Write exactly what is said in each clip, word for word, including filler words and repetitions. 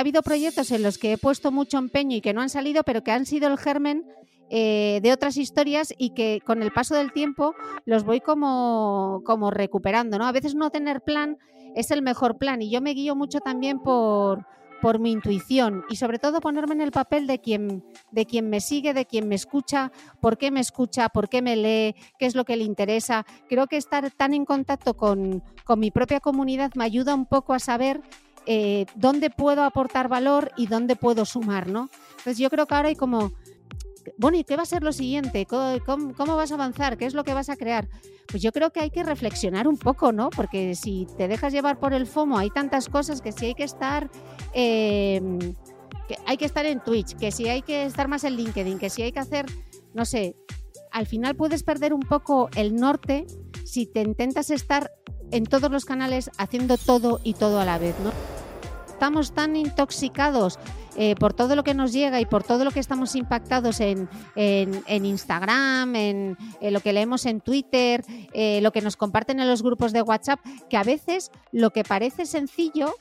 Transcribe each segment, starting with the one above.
habido proyectos en los que he puesto mucho empeño y que no han salido, pero que han sido el germen eh, de otras historias y que con el paso del tiempo los voy como, como recuperando, ¿no? A veces no tener plan es el mejor plan y yo me guío mucho también por, por mi intuición y sobre todo ponerme en el papel de quien, de quien me sigue, de quien me escucha, por qué me escucha, por qué me lee, qué es lo que le interesa. Creo que estar tan en contacto con, con mi propia comunidad me ayuda un poco a saber eh, dónde puedo aportar valor y dónde puedo sumar, ¿no? Entonces yo creo que ahora hay como, bueno, ¿y qué va a ser lo siguiente? ¿Cómo, cómo vas a avanzar? ¿Qué es lo que vas a crear? Pues yo creo que hay que reflexionar un poco, ¿no? Porque si te dejas llevar por el FOMO, hay tantas cosas que si hay que estar, eh, que hay que estar en Twitch, que si hay que estar más en LinkedIn, que si hay que hacer, no sé, al final puedes perder un poco el norte si te intentas estar en todos los canales haciendo todo y todo a la vez, ¿no? Estamos tan intoxicados eh, por todo lo que nos llega y por todo lo que estamos impactados en, en, en Instagram, en, en lo que leemos en Twitter, eh, lo que nos comparten en los grupos de WhatsApp, que a veces lo que parece sencillo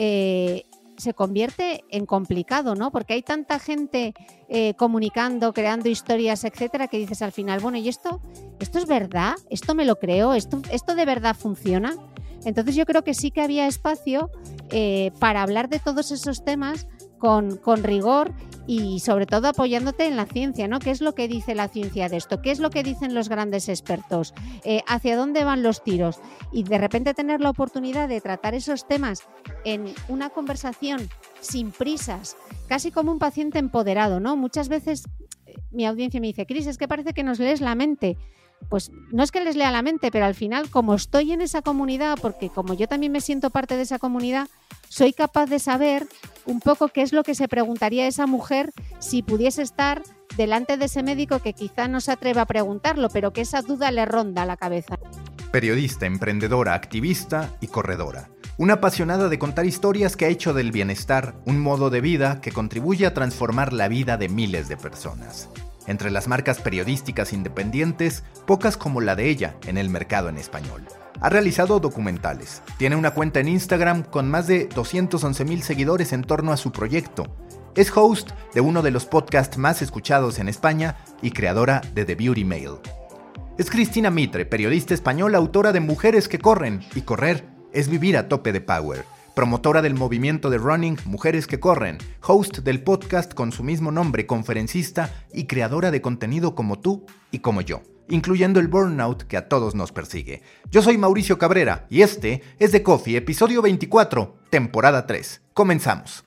eh, se convierte en complicado, ¿no? Porque hay tanta gente eh, comunicando, creando historias, etcétera, que dices al final, bueno, ¿y esto, esto es verdad? ¿Esto me lo creo? ¿Esto, esto de verdad funciona? Entonces yo creo que sí que había espacio eh, para hablar de todos esos temas con, con rigor y sobre todo apoyándote en la ciencia, ¿no? ¿Qué es lo que dice la ciencia de esto? ¿Qué es lo que dicen los grandes expertos? Eh, ¿Hacia dónde van los tiros? Y de repente tener la oportunidad de tratar esos temas en una conversación sin prisas, casi como un paciente empoderado, ¿no? Muchas veces eh, mi audiencia me dice, Cris, es que parece que nos lees la mente. Pues no es que les lea la mente, pero al final, como estoy en esa comunidad, porque como yo también me siento parte de esa comunidad, soy capaz de saber un poco qué es lo que se preguntaría esa mujer si pudiese estar delante de ese médico que quizá no se atreve a preguntarlo, pero que esa duda le ronda la cabeza. Periodista, emprendedora, activista y corredora. Una apasionada de contar historias que ha hecho del bienestar un modo de vida que contribuye a transformar la vida de miles de personas. Entre las marcas periodísticas independientes, pocas como la de ella en el mercado en español. Ha realizado documentales, tiene una cuenta en Instagram con más de doscientos once mil seguidores en torno a su proyecto. Es host de uno de los podcasts más escuchados en España y creadora de The Beauty Mail. Es Cristina Mitre, periodista española, autora de Mujeres que corren, y correr es vivir a tope de power. Promotora del movimiento de running Mujeres que corren, host del podcast con su mismo nombre, conferencista y creadora de contenido como tú y como yo, incluyendo el burnout que a todos nos persigue. Yo soy Mauricio Cabrera y este es The Coffee, episodio veinticuatro, temporada tres. Comenzamos.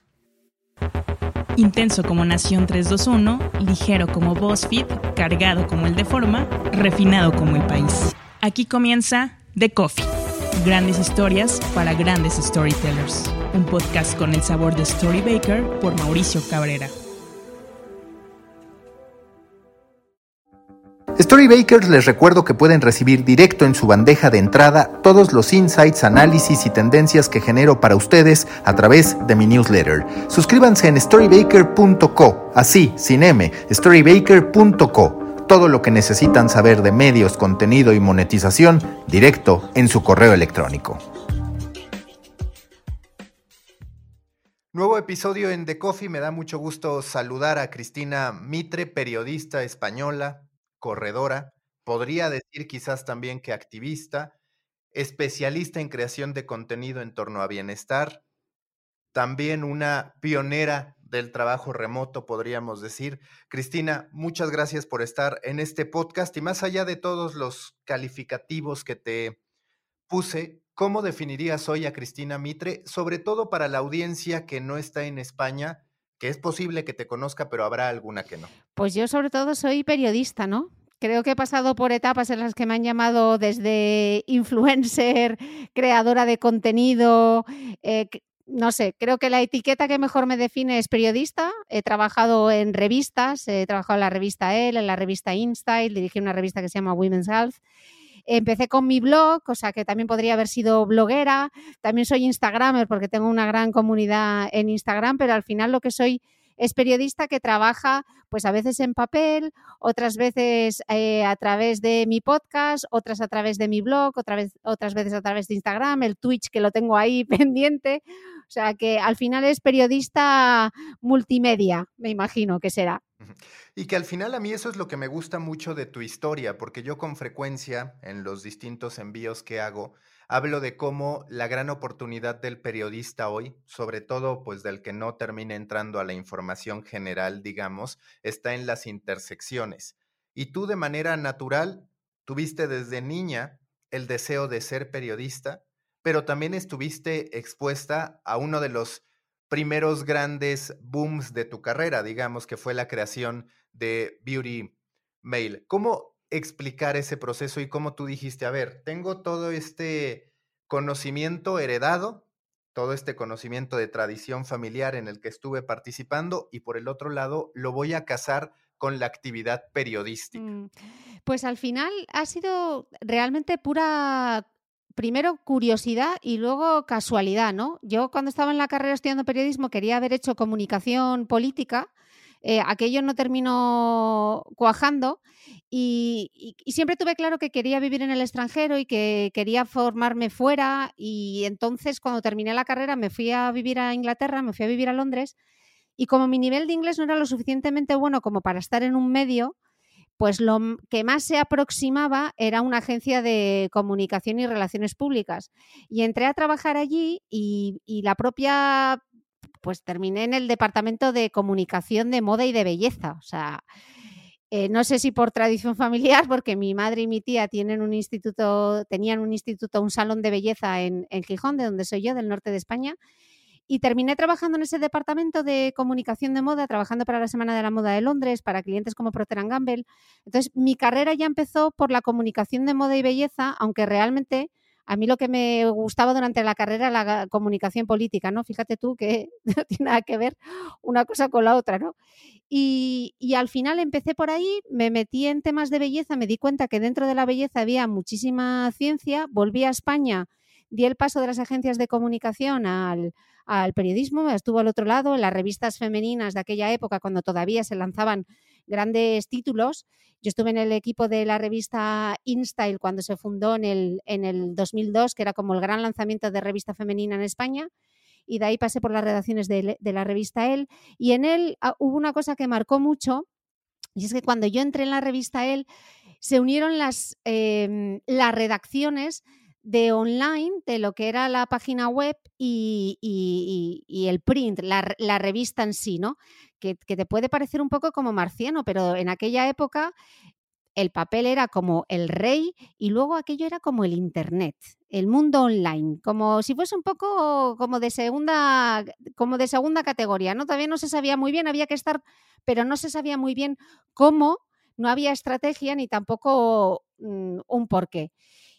Intenso como Nación trescientos veintiuno, ligero como BuzzFeed, cargado como el Deforma, refinado como El País. Aquí comienza The Coffee. Grandes historias para grandes storytellers. Un podcast con el sabor de Storybaker por Mauricio Cabrera. Storybakers les recuerdo que pueden recibir directo en su bandeja de entrada todos los insights, análisis y tendencias que genero para ustedes a través de mi newsletter. Suscríbanse en storybaker punto co, así, sin M, storybaker punto co. Todo lo que necesitan saber de medios, contenido y monetización directo en su correo electrónico. Nuevo episodio en The Coffee. Me da mucho gusto saludar a Cristina Mitre, periodista española, corredora, podría decir quizás también que activista, especialista en creación de contenido en torno a bienestar, también una pionera del trabajo remoto, podríamos decir. Cristina, muchas gracias por estar en este podcast y más allá de todos los calificativos que te puse, ¿cómo definirías hoy a Cristina Mitre? Sobre todo para la audiencia que no está en España, que es posible que te conozca, pero habrá alguna que no. Pues yo sobre todo soy periodista, ¿no? Creo que he pasado por etapas en las que me han llamado desde influencer, creadora de contenido, eh, no sé, creo que la etiqueta que mejor me define es periodista. He trabajado en revistas, he trabajado en la revista Elle, en la revista InStyle, dirigí una revista que se llama Women's Health. Empecé con mi blog, o sea que también podría haber sido bloguera. También soy instagramer porque tengo una gran comunidad en Instagram, pero al final lo que soy es periodista que trabaja pues a veces en papel, otras veces eh, a través de mi podcast, otras a través de mi blog, otra vez, otras veces a través de Instagram, el Twitch que lo tengo ahí pendiente. O sea que al final es periodista multimedia, me imagino que será. Y que al final a mí eso es lo que me gusta mucho de tu historia, porque yo con frecuencia en los distintos envíos que hago, hablo de cómo la gran oportunidad del periodista hoy, sobre todo pues del que no termina entrando a la información general, digamos, está en las intersecciones. Y tú de manera natural tuviste desde niña el deseo de ser periodista, pero también estuviste expuesta a uno de los primeros grandes booms de tu carrera, digamos, que fue la creación de Beauty Mail. ¿Cómo explicar ese proceso y cómo tú dijiste, a ver, tengo todo este conocimiento heredado, todo este conocimiento de tradición familiar en el que estuve participando y por el otro lado lo voy a casar con la actividad periodística? Mm, Pues al final ha sido realmente pura, primero curiosidad y luego casualidad, ¿no? Yo cuando estaba en la carrera estudiando periodismo quería haber hecho comunicación política, eh, aquello no terminó cuajando y, y- y siempre tuve claro que quería vivir en el extranjero y que quería formarme fuera, y entonces cuando terminé la carrera me fui a vivir a Inglaterra, me fui a vivir a Londres, y como mi nivel de inglés no era lo suficientemente bueno como para estar en un medio, pues lo m- que más se aproximaba era una agencia de comunicación y relaciones públicas. Y entré a trabajar allí y, y la propia, pues terminé en el departamento de comunicación de moda y de belleza. O sea, eh, no sé si por tradición familiar, porque mi madre y mi tía tienen un instituto, tenían un instituto, un salón de belleza en, en Gijón, de donde soy yo, del norte de España. Y terminé trabajando en ese departamento de comunicación de moda, trabajando para la Semana de la Moda de Londres, para clientes como Procter and Gamble. Entonces, mi carrera ya empezó por la comunicación de moda y belleza, aunque realmente a mí lo que me gustaba durante la carrera era la comunicación política, ¿no? Fíjate tú que no tiene nada que ver una cosa con la otra, ¿no? Y, y al final empecé por ahí, me metí en temas de belleza, me di cuenta que dentro de la belleza había muchísima ciencia, volví a España, di el paso de las agencias de comunicación al al periodismo, estuvo al otro lado, en las revistas femeninas de aquella época, cuando todavía se lanzaban grandes títulos. Yo estuve en el equipo de la revista InStyle cuando se fundó en el, en el dos mil dos, que era como el gran lanzamiento de revista femenina en España, y de ahí pasé por las redacciones de, de la revista Elle, y en Elle uh, hubo una cosa que marcó mucho, y es que cuando yo entré en la revista Elle, se unieron las, eh, las redacciones de online, de lo que era la página web y, y, y, y el print, la, la revista en sí, ¿no? Que, que te puede parecer un poco como marciano, pero en aquella época el papel era como el rey y luego aquello era como el internet, el mundo online, como si fuese un poco como de segunda, como de segunda categoría, ¿no? Todavía no se sabía muy bien, había que estar, pero no se sabía muy bien cómo, no había estrategia ni tampoco mm, un porqué.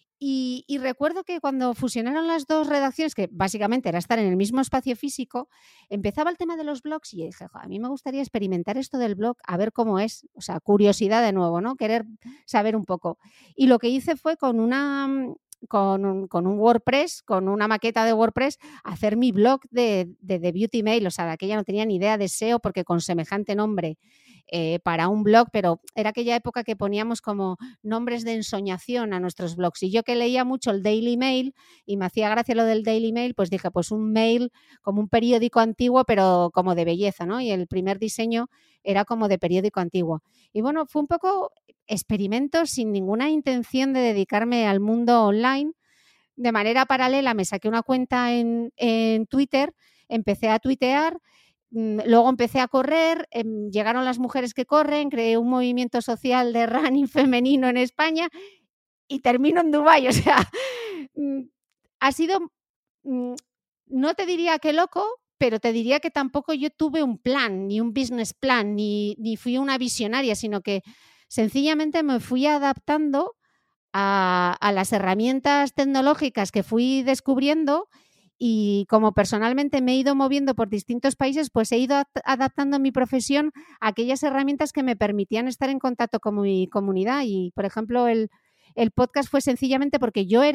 Y, y recuerdo que cuando fusionaron las dos redacciones, que básicamente era estar en el mismo espacio físico, empezaba el tema de los blogs y dije, a mí me gustaría experimentar esto del blog, a ver cómo es, o sea, curiosidad de nuevo, ¿no? Querer saber un poco. Y lo que hice fue con una... Con un, con un WordPress, con una maqueta de WordPress, hacer mi blog de, de, de Beauty Mail. O sea, de aquella no tenía ni idea de S E O porque con semejante nombre eh, para un blog, pero era aquella época que poníamos como nombres de ensoñación a nuestros blogs. Y yo que leía mucho el Daily Mail y me hacía gracia lo del Daily Mail, pues dije, pues un mail como un periódico antiguo, pero como de belleza, ¿no? Y el primer diseño era como de periódico antiguo. Y bueno, fue un poco experimento sin ninguna intención de dedicarme al mundo online. De manera paralela me saqué una cuenta en, en Twitter, empecé a tuitear, luego empecé a correr, eh, llegaron las mujeres que corren, creé un movimiento social de running femenino en España y termino en Dubái. O sea, ha sido, no te diría que loco, pero te diría que tampoco yo tuve un plan, ni un business plan, ni, ni fui una visionaria, sino que sencillamente me fui adaptando a, a las herramientas tecnológicas que fui descubriendo, y como personalmente me he ido moviendo por distintos países, pues he ido adaptando mi profesión a aquellas herramientas que me permitían estar en contacto con mi comunidad. Y, por ejemplo, el, el podcast fue sencillamente porque yo era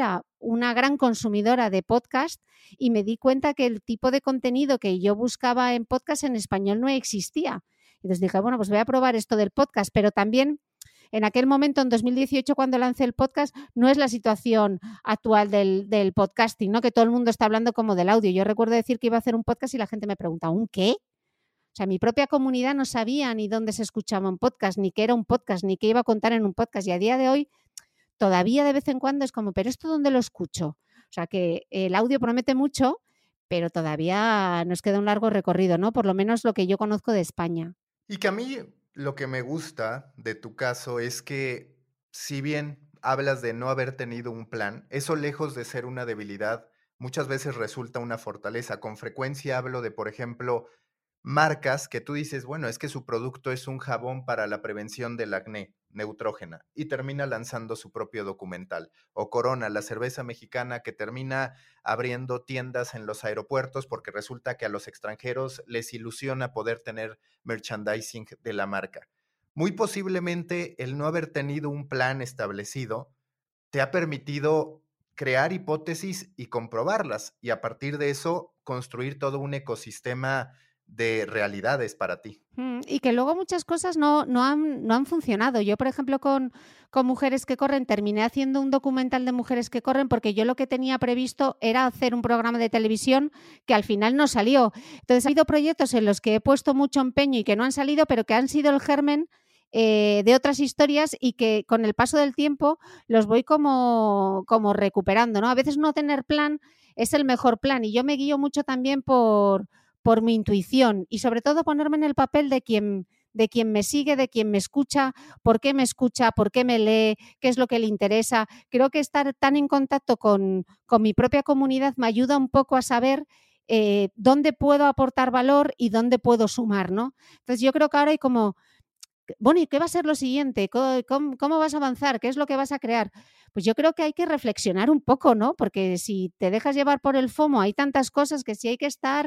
una gran consumidora de podcast y me di cuenta que el tipo de contenido que yo buscaba en podcast en español no existía. Entonces dije, bueno, pues voy a probar esto del podcast, pero también en aquel momento, en dos mil dieciocho, cuando lancé el podcast, no es la situación actual del, del podcasting, ¿no? Que todo el mundo está hablando como del audio. Yo recuerdo decir que iba a hacer un podcast y la gente me pregunta, ¿un qué? O sea, mi propia comunidad no sabía ni dónde se escuchaba un podcast, ni qué era un podcast, ni qué iba a contar en un podcast. Y a día de hoy, todavía de vez en cuando es como, ¿pero esto dónde lo escucho? O sea, que el audio promete mucho, pero todavía nos queda un largo recorrido, ¿no? Por lo menos lo que yo conozco de España. Y que a mí lo que me gusta de tu caso es que, si bien hablas de no haber tenido un plan, eso lejos de ser una debilidad, muchas veces resulta una fortaleza. Con frecuencia hablo de, por ejemplo, marcas que tú dices, bueno, es que su producto es un jabón para la prevención del acné, Neutrógena, y termina lanzando su propio documental. O Corona, la cerveza mexicana que termina abriendo tiendas en los aeropuertos porque resulta que a los extranjeros les ilusiona poder tener merchandising de la marca. Muy posiblemente el no haber tenido un plan establecido te ha permitido crear hipótesis y comprobarlas, y a partir de eso construir todo un ecosistema de realidades para ti. Mm, y que luego muchas cosas no, no, han, no han funcionado. Yo, por ejemplo, con, con Mujeres que Corren, terminé haciendo un documental de Mujeres que Corren porque yo lo que tenía previsto era hacer un programa de televisión que al final no salió. Entonces, ha habido proyectos en los que he puesto mucho empeño y que no han salido, pero que han sido el germen eh, de otras historias y que con el paso del tiempo los voy como, como recuperando, ¿no? A veces no tener plan es el mejor plan y yo me guío mucho también por... por mi intuición y sobre todo ponerme en el papel de quien, de quien me sigue, de quien me escucha, por qué me escucha, por qué me lee, qué es lo que le interesa. Creo que estar tan en contacto con, con mi propia comunidad me ayuda un poco a saber eh, dónde puedo aportar valor y dónde puedo sumar, ¿no? Entonces yo creo que ahora hay como, bueno, ¿y qué va a ser lo siguiente? ¿Cómo, cómo vas a avanzar? ¿Qué es lo que vas a crear? Pues yo creo que hay que reflexionar un poco, ¿no? Porque si te dejas llevar por el FOMO, hay tantas cosas que si hay que estar,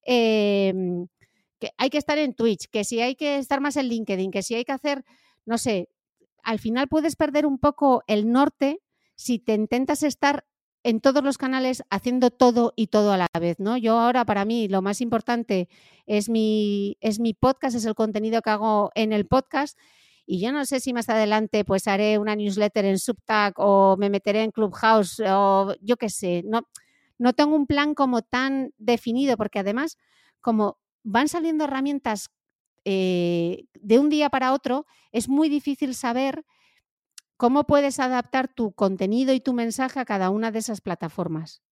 eh, que hay que estar en Twitch, que si hay que estar más en LinkedIn, que si hay que hacer, no sé, al final puedes perder un poco el norte si te intentas estar en todos los canales haciendo todo y todo a la vez, ¿no? Yo ahora, para mí, lo más importante es mi, es mi podcast, es el contenido que hago en el podcast y yo no sé si más adelante pues haré una newsletter en Substack o me meteré en Clubhouse o yo qué sé, no, no tengo un plan como tan definido porque además como van saliendo herramientas eh, de un día para otro, es muy difícil saber cómo puedes adaptar tu contenido y tu mensaje a cada una de esas plataformas.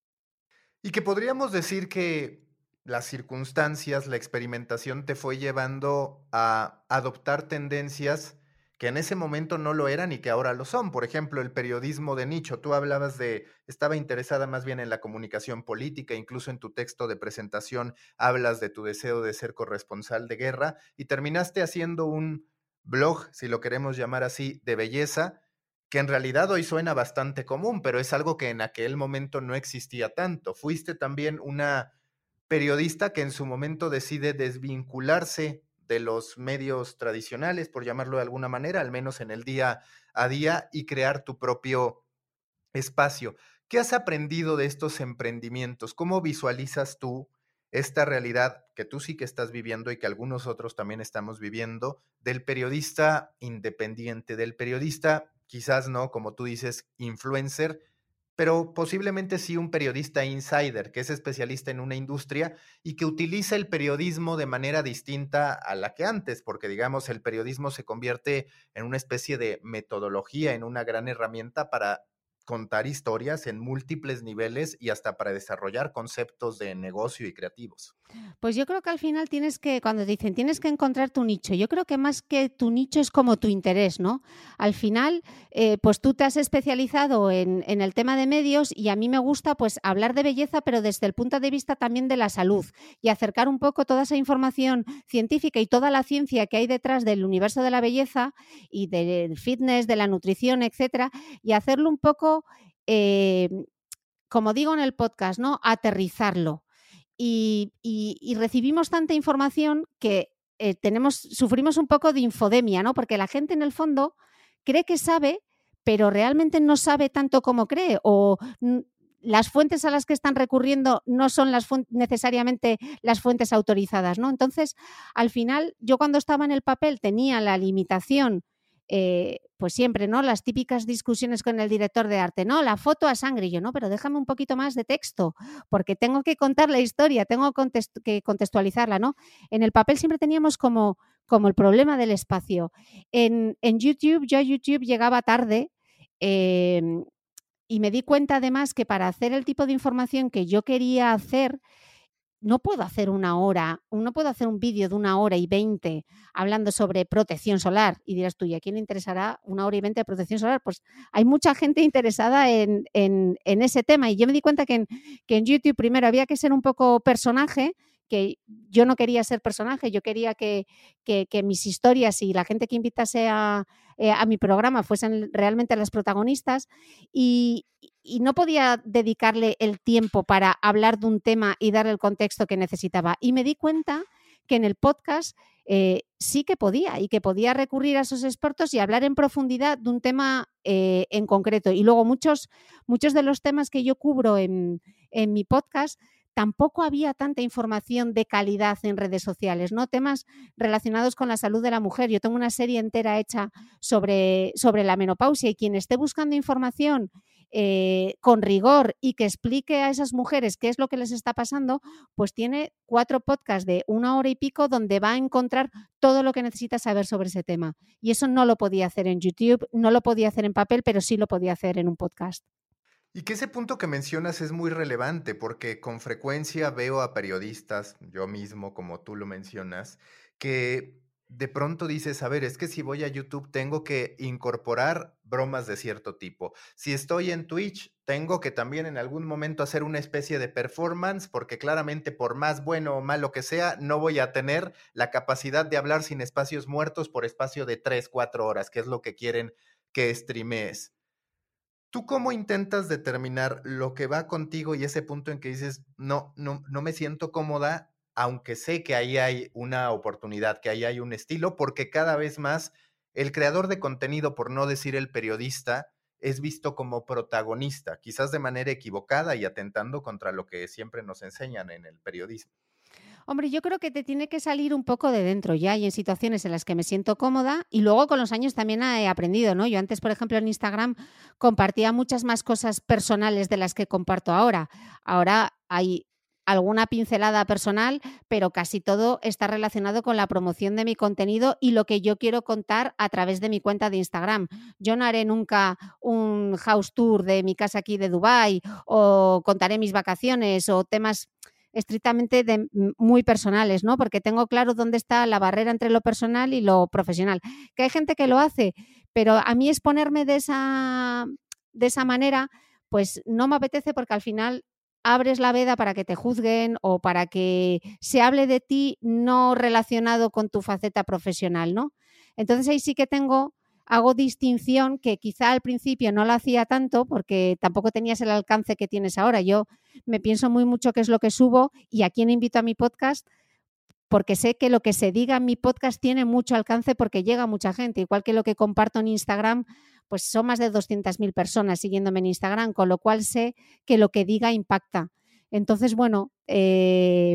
Y que podríamos decir que las circunstancias, la experimentación te fue llevando a adoptar tendencias que en ese momento no lo eran y que ahora lo son. Por ejemplo, el periodismo de nicho. Tú hablabas de, estaba interesada más bien en la comunicación política, incluso en tu texto de presentación hablas de tu deseo de ser corresponsal de guerra y terminaste haciendo un blog, si lo queremos llamar así, de belleza, que en realidad hoy suena bastante común, pero es algo que en aquel momento no existía tanto. Fuiste también una periodista que en su momento decide desvincularse de los medios tradicionales, por llamarlo de alguna manera, al menos en el día a día, y crear tu propio espacio. ¿Qué has aprendido de estos emprendimientos? ¿Cómo visualizas tú esta realidad que tú sí que estás viviendo y que algunos otros también estamos viviendo, del periodista independiente, del periodista, quizás no, como tú dices, influencer, pero posiblemente sí un periodista insider, que es especialista en una industria y que utiliza el periodismo de manera distinta a la que antes, porque digamos el periodismo se convierte en una especie de metodología, en una gran herramienta para contar historias en múltiples niveles y hasta para desarrollar conceptos de negocio y creativos. Pues yo creo que al final tienes que, cuando te dicen tienes que encontrar tu nicho, yo creo que más que tu nicho es como tu interés, ¿no? Al final, eh, pues tú te has especializado en, en el tema de medios y a mí me gusta pues hablar de belleza, pero desde el punto de vista también de la salud y acercar un poco toda esa información científica y toda la ciencia que hay detrás del universo de la belleza y del fitness, de la nutrición, etcétera, y hacerlo un poco, eh, como digo en el podcast, ¿no? Aterrizarlo. Y, y, y recibimos tanta información que eh, tenemos, sufrimos un poco de infodemia, ¿no? Porque la gente en el fondo cree que sabe, pero realmente no sabe tanto como cree, o las fuentes a las que están recurriendo no son las fu- necesariamente las fuentes autorizadas, ¿no? Entonces, al final, yo cuando estaba en el papel tenía la limitación, eh, pues siempre, ¿no? Las típicas discusiones con el director de arte, ¿no? La foto a sangre, y yo, no, pero déjame un poquito más de texto, porque tengo que contar la historia, tengo contextu- que contextualizarla, ¿no? En el papel siempre teníamos como, como el problema del espacio. En, en YouTube, yo a YouTube llegaba tarde, eh, y me di cuenta además que para hacer el tipo de información que yo quería hacer, no puedo hacer una hora, no puedo hacer un vídeo de una hora y veinte hablando sobre protección solar. Y dirás tú, ¿y a quién le interesará una hora y veinte de protección solar? Pues hay mucha gente interesada en, en, en ese tema. Y yo me di cuenta que en, que en YouTube primero había que ser un poco personaje, que yo no quería ser personaje, yo quería que, que, que mis historias y la gente que invitase a, eh, a mi programa fuesen realmente las protagonistas, y, y no podía dedicarle el tiempo para hablar de un tema y darle el contexto que necesitaba. Y me di cuenta que en el podcast eh, sí que podía, y que podía recurrir a esos expertos y hablar en profundidad de un tema eh, en concreto. Y luego muchos, muchos de los temas que yo cubro en, en mi podcast, tampoco había tanta información de calidad en redes sociales, ¿no? Temas relacionados con la salud de la mujer. Yo tengo una serie entera hecha sobre, sobre la menopausia, y quien esté buscando información eh, con rigor y que explique a esas mujeres qué es lo que les está pasando, pues tiene cuatro podcasts de una hora y pico donde va a encontrar todo lo que necesita saber sobre ese tema. Y eso no lo podía hacer en YouTube, no lo podía hacer en papel, pero sí lo podía hacer en un podcast. Y que ese punto que mencionas es muy relevante porque con frecuencia veo a periodistas, yo mismo, como tú lo mencionas, que de pronto dices, a ver, es que si voy a YouTube tengo que incorporar bromas de cierto tipo. Si estoy en Twitch, tengo que también en algún momento hacer una especie de performance porque claramente por más bueno o malo que sea, no voy a tener la capacidad de hablar sin espacios muertos por espacio de tres, cuatro horas, que es lo que quieren que streamees. ¿Tú cómo intentas determinar lo que va contigo y ese punto en que dices, no, no, no me siento cómoda, aunque sé que ahí hay una oportunidad, que ahí hay un estilo, porque cada vez más el creador de contenido, por no decir el periodista, es visto como protagonista, quizás de manera equivocada y atentando contra lo que siempre nos enseñan en el periodismo? Hombre, yo creo que te tiene que salir un poco de dentro ya, y en situaciones en las que me siento cómoda, y luego con los años también he aprendido, ¿no? Yo antes, por ejemplo, en Instagram compartía muchas más cosas personales de las que comparto ahora. Ahora hay alguna pincelada personal, pero casi todo está relacionado con la promoción de mi contenido y lo que yo quiero contar a través de mi cuenta de Instagram. Yo no haré nunca un house tour de mi casa aquí de Dubái, o contaré mis vacaciones o temas estrictamente de, muy personales, ¿no? Porque tengo claro dónde está la barrera entre lo personal y lo profesional. Que hay gente que lo hace, pero a mí exponerme de esa, de esa manera, pues no me apetece, porque al final abres la veda para que te juzguen o para que se hable de ti no relacionado con tu faceta profesional, ¿no? Entonces ahí sí que tengo... hago distinción, que quizá al principio no la hacía tanto porque tampoco tenías el alcance que tienes ahora. Yo me pienso muy mucho qué es lo que subo y a quién invito a mi podcast, porque sé que lo que se diga en mi podcast tiene mucho alcance porque llega a mucha gente, igual que lo que comparto en Instagram, pues son más de doscientas mil personas siguiéndome en Instagram, con lo cual sé que lo que diga impacta. Entonces, bueno, eh,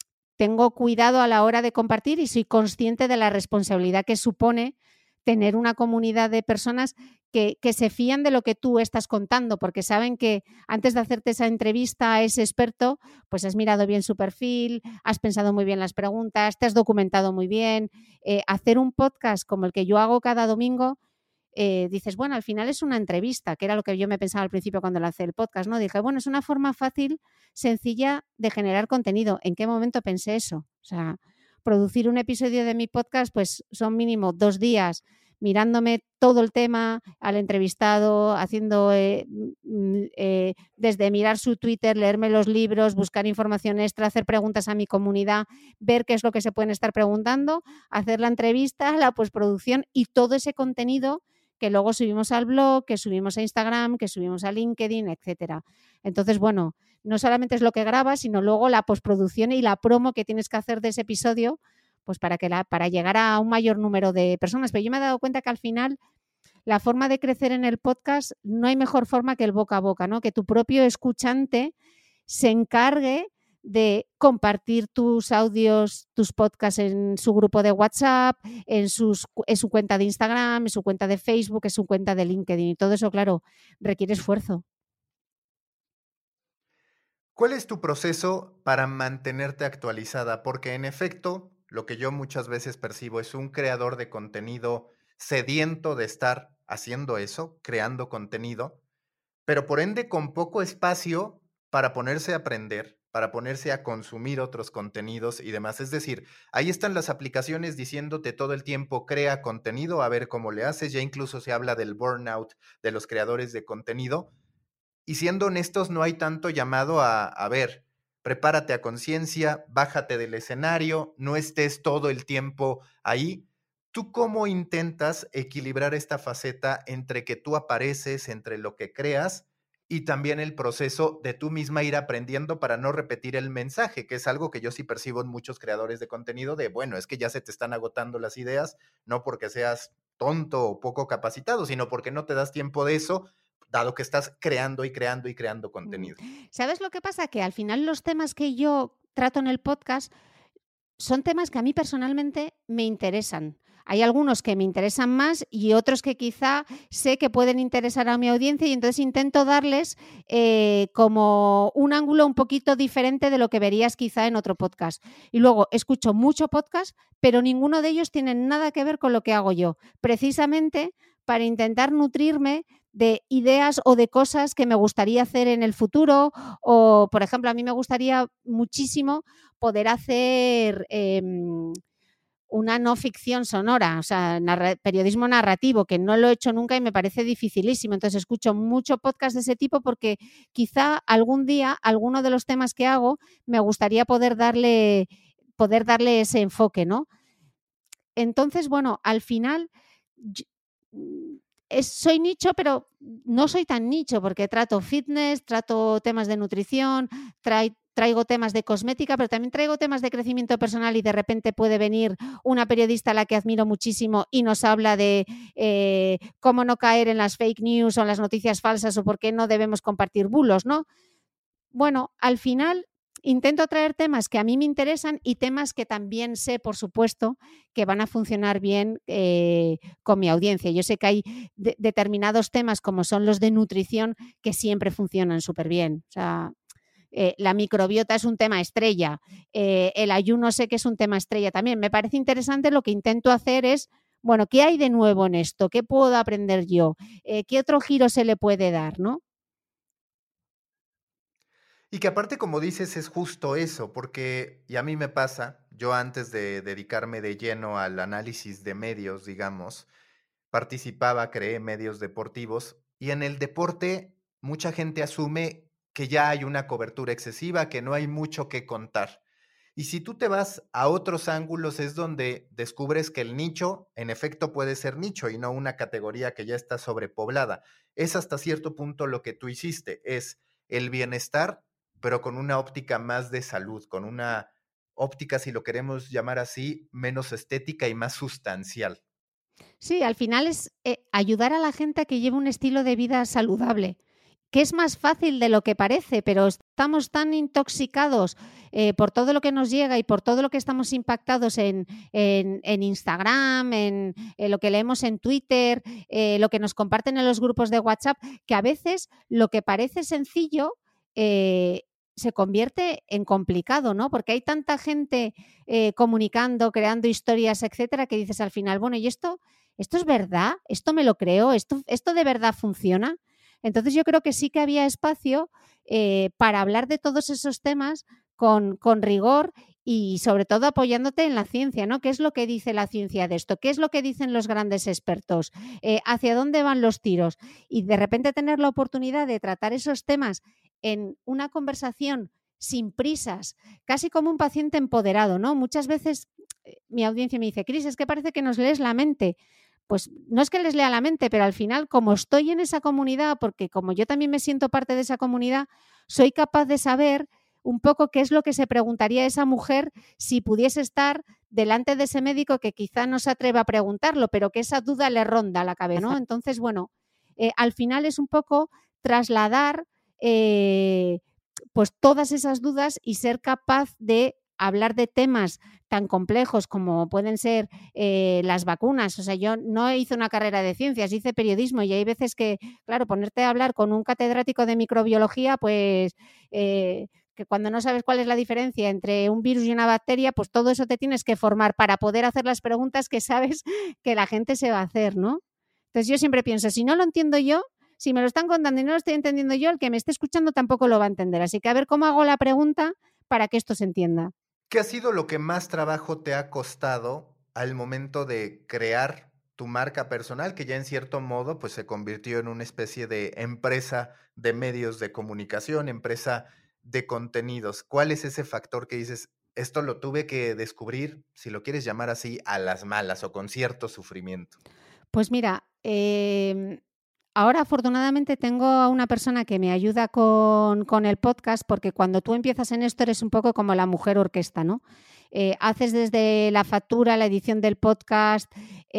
tengo cuidado a la hora de compartir y soy consciente de la responsabilidad que supone tener una comunidad de personas que, que se fían de lo que tú estás contando, porque saben que antes de hacerte esa entrevista a ese experto, pues has mirado bien su perfil, has pensado muy bien las preguntas, te has documentado muy bien. Eh, hacer un podcast como el que yo hago cada domingo, eh, dices, bueno, al final es una entrevista, que era lo que yo me pensaba al principio cuando lo hacía el podcast, ¿no? Dije, bueno, es una forma fácil, sencilla de generar contenido. ¿En qué momento pensé eso? O sea, producir un episodio de mi podcast, pues son mínimo dos días mirándome todo el tema, al entrevistado, haciendo eh, eh, desde mirar su Twitter, leerme los libros, buscar información extra, hacer preguntas a mi comunidad, ver qué es lo que se pueden estar preguntando, hacer la entrevista, la postproducción y todo ese contenido que luego subimos al blog, que subimos a Instagram, que subimos a LinkedIn, etcétera. Entonces, bueno, no solamente es lo que grabas, sino luego la postproducción y la promo que tienes que hacer de ese episodio, pues para, que la, para llegar a un mayor número de personas. Pero yo me he dado cuenta que al final la forma de crecer en el podcast, no hay mejor forma que el boca a boca, ¿no? Que tu propio escuchante se encargue de compartir tus audios, tus podcasts en su grupo de WhatsApp, en, sus, en su cuenta de Instagram, en su cuenta de Facebook, en su cuenta de LinkedIn. Y todo eso, claro, requiere esfuerzo. ¿Cuál es tu proceso para mantenerte actualizada? Porque en efecto, lo que yo muchas veces percibo es un creador de contenido sediento de estar haciendo eso, creando contenido, pero por ende con poco espacio para ponerse a aprender, para ponerse a consumir otros contenidos y demás. Es decir, ahí están las aplicaciones diciéndote todo el tiempo, crea contenido, a ver cómo le haces. Ya incluso se habla del burnout de los creadores de contenido. Y siendo honestos, no hay tanto llamado a, a ver, prepárate a conciencia, bájate del escenario, no estés todo el tiempo ahí. ¿Tú cómo intentas equilibrar esta faceta entre que tú apareces, entre lo que creas y también el proceso de tú misma ir aprendiendo para no repetir el mensaje, que es algo que yo sí percibo en muchos creadores de contenido de, bueno, es que ya se te están agotando las ideas, no porque seas tonto o poco capacitado, sino porque no te das tiempo de eso, dado que estás creando y creando y creando contenido? ¿Sabes lo que pasa? Que al final los temas que yo trato en el podcast son temas que a mí personalmente me interesan. Hay algunos que me interesan más y otros que quizá sé que pueden interesar a mi audiencia, y entonces intento darles eh, como un ángulo un poquito diferente de lo que verías quizá en otro podcast. Y luego escucho mucho podcast, pero ninguno de ellos tiene nada que ver con lo que hago yo, precisamente para intentar nutrirme de ideas o de cosas que me gustaría hacer en el futuro. O, por ejemplo, a mí me gustaría muchísimo poder hacer eh, una no ficción sonora, o sea, narra- periodismo narrativo, que no lo he hecho nunca y me parece dificilísimo. Entonces escucho mucho podcast de ese tipo porque quizá algún día, alguno de los temas que hago, me gustaría poder darle, poder darle ese enfoque, ¿no? Entonces, bueno, al final yo, es, soy nicho, pero no soy tan nicho porque trato fitness, trato temas de nutrición, tra, traigo temas de cosmética, pero también traigo temas de crecimiento personal, y de repente puede venir una periodista a la que admiro muchísimo y nos habla de eh, cómo no caer en las fake news o en las noticias falsas, o por qué no debemos compartir bulos, ¿no? Bueno, al final intento traer temas que a mí me interesan y temas que también sé, por supuesto, que van a funcionar bien eh, con mi audiencia. Yo sé que hay de- determinados temas, como son los de nutrición, que siempre funcionan súper bien. O sea, eh, la microbiota es un tema estrella. Eh, el ayuno sé que es un tema estrella también. Me parece interesante. Lo que intento hacer es, bueno, ¿qué hay de nuevo en esto? ¿Qué puedo aprender yo? Eh, ¿qué otro giro se le puede dar, no? Y que aparte, como dices, es justo eso, porque, y a mí me pasa, yo antes de dedicarme de lleno al análisis de medios, digamos, participaba, creé medios deportivos, y en el deporte mucha gente asume que ya hay una cobertura excesiva, que no hay mucho que contar. Y si tú te vas a otros ángulos es donde descubres que el nicho en efecto puede ser nicho y no una categoría que ya está sobrepoblada. Es hasta cierto punto lo que tú hiciste, es el bienestar, pero con una óptica más de salud, con una óptica, si lo queremos llamar así, menos estética y más sustancial. Sí, al final es eh, ayudar a la gente a que lleve un estilo de vida saludable, que es más fácil de lo que parece, pero estamos tan intoxicados eh, por todo lo que nos llega y por todo lo que estamos impactados en, en, en Instagram, en, en lo que leemos en Twitter, eh, lo que nos comparten en los grupos de WhatsApp, que a veces lo que parece sencillo eh, se convierte en complicado, ¿no? Porque hay tanta gente eh, comunicando, creando historias, etcétera, que dices al final, bueno, ¿y esto, esto es verdad? ¿Esto me lo creo? ¿Esto, esto de verdad funciona? Entonces yo creo que sí que había espacio eh, para hablar de todos esos temas con, con rigor y sobre todo apoyándote en la ciencia, ¿no? ¿Qué es lo que dice la ciencia de esto? ¿Qué es lo que dicen los grandes expertos? Eh, ¿Hacia dónde van los tiros? Y de repente tener la oportunidad de tratar esos temas en una conversación sin prisas, casi como un paciente empoderado, ¿no? Muchas veces eh, mi audiencia me dice, Cris, es que parece que nos lees la mente. Pues no es que les lea la mente, pero al final, como estoy en esa comunidad, porque como yo también me siento parte de esa comunidad, soy capaz de saber un poco qué es lo que se preguntaría esa mujer si pudiese estar delante de ese médico que quizá no se atreve a preguntarlo, pero que esa duda le ronda la cabeza, ¿no? Entonces, bueno, eh, al final es un poco trasladar eh, pues todas esas dudas y ser capaz de hablar de temas tan complejos como pueden ser eh, las vacunas. O sea, yo no hice una carrera de ciencias, hice periodismo y hay veces que, claro, ponerte a hablar con un catedrático de microbiología, pues eh, que cuando no sabes cuál es la diferencia entre un virus y una bacteria, pues todo eso te tienes que formar para poder hacer las preguntas que sabes que la gente se va a hacer, ¿no? Entonces yo siempre pienso, si no lo entiendo yo, si me lo están contando y no lo estoy entendiendo yo, el que me esté escuchando tampoco lo va a entender. Así que a ver cómo hago la pregunta para que esto se entienda. ¿Qué ha sido lo que más trabajo te ha costado al momento de crear tu marca personal, que ya en cierto modo pues se convirtió en una especie de empresa de medios de comunicación, empresa de contenidos? ¿Cuál es ese factor que dices, esto lo tuve que descubrir, si lo quieres llamar así, a las malas o con cierto sufrimiento? Pues mira, eh, ahora afortunadamente tengo a una persona que me ayuda con, con el podcast, porque cuando tú empiezas en esto eres un poco como la mujer orquesta, ¿no? Eh, haces desde la factura, la edición del podcast,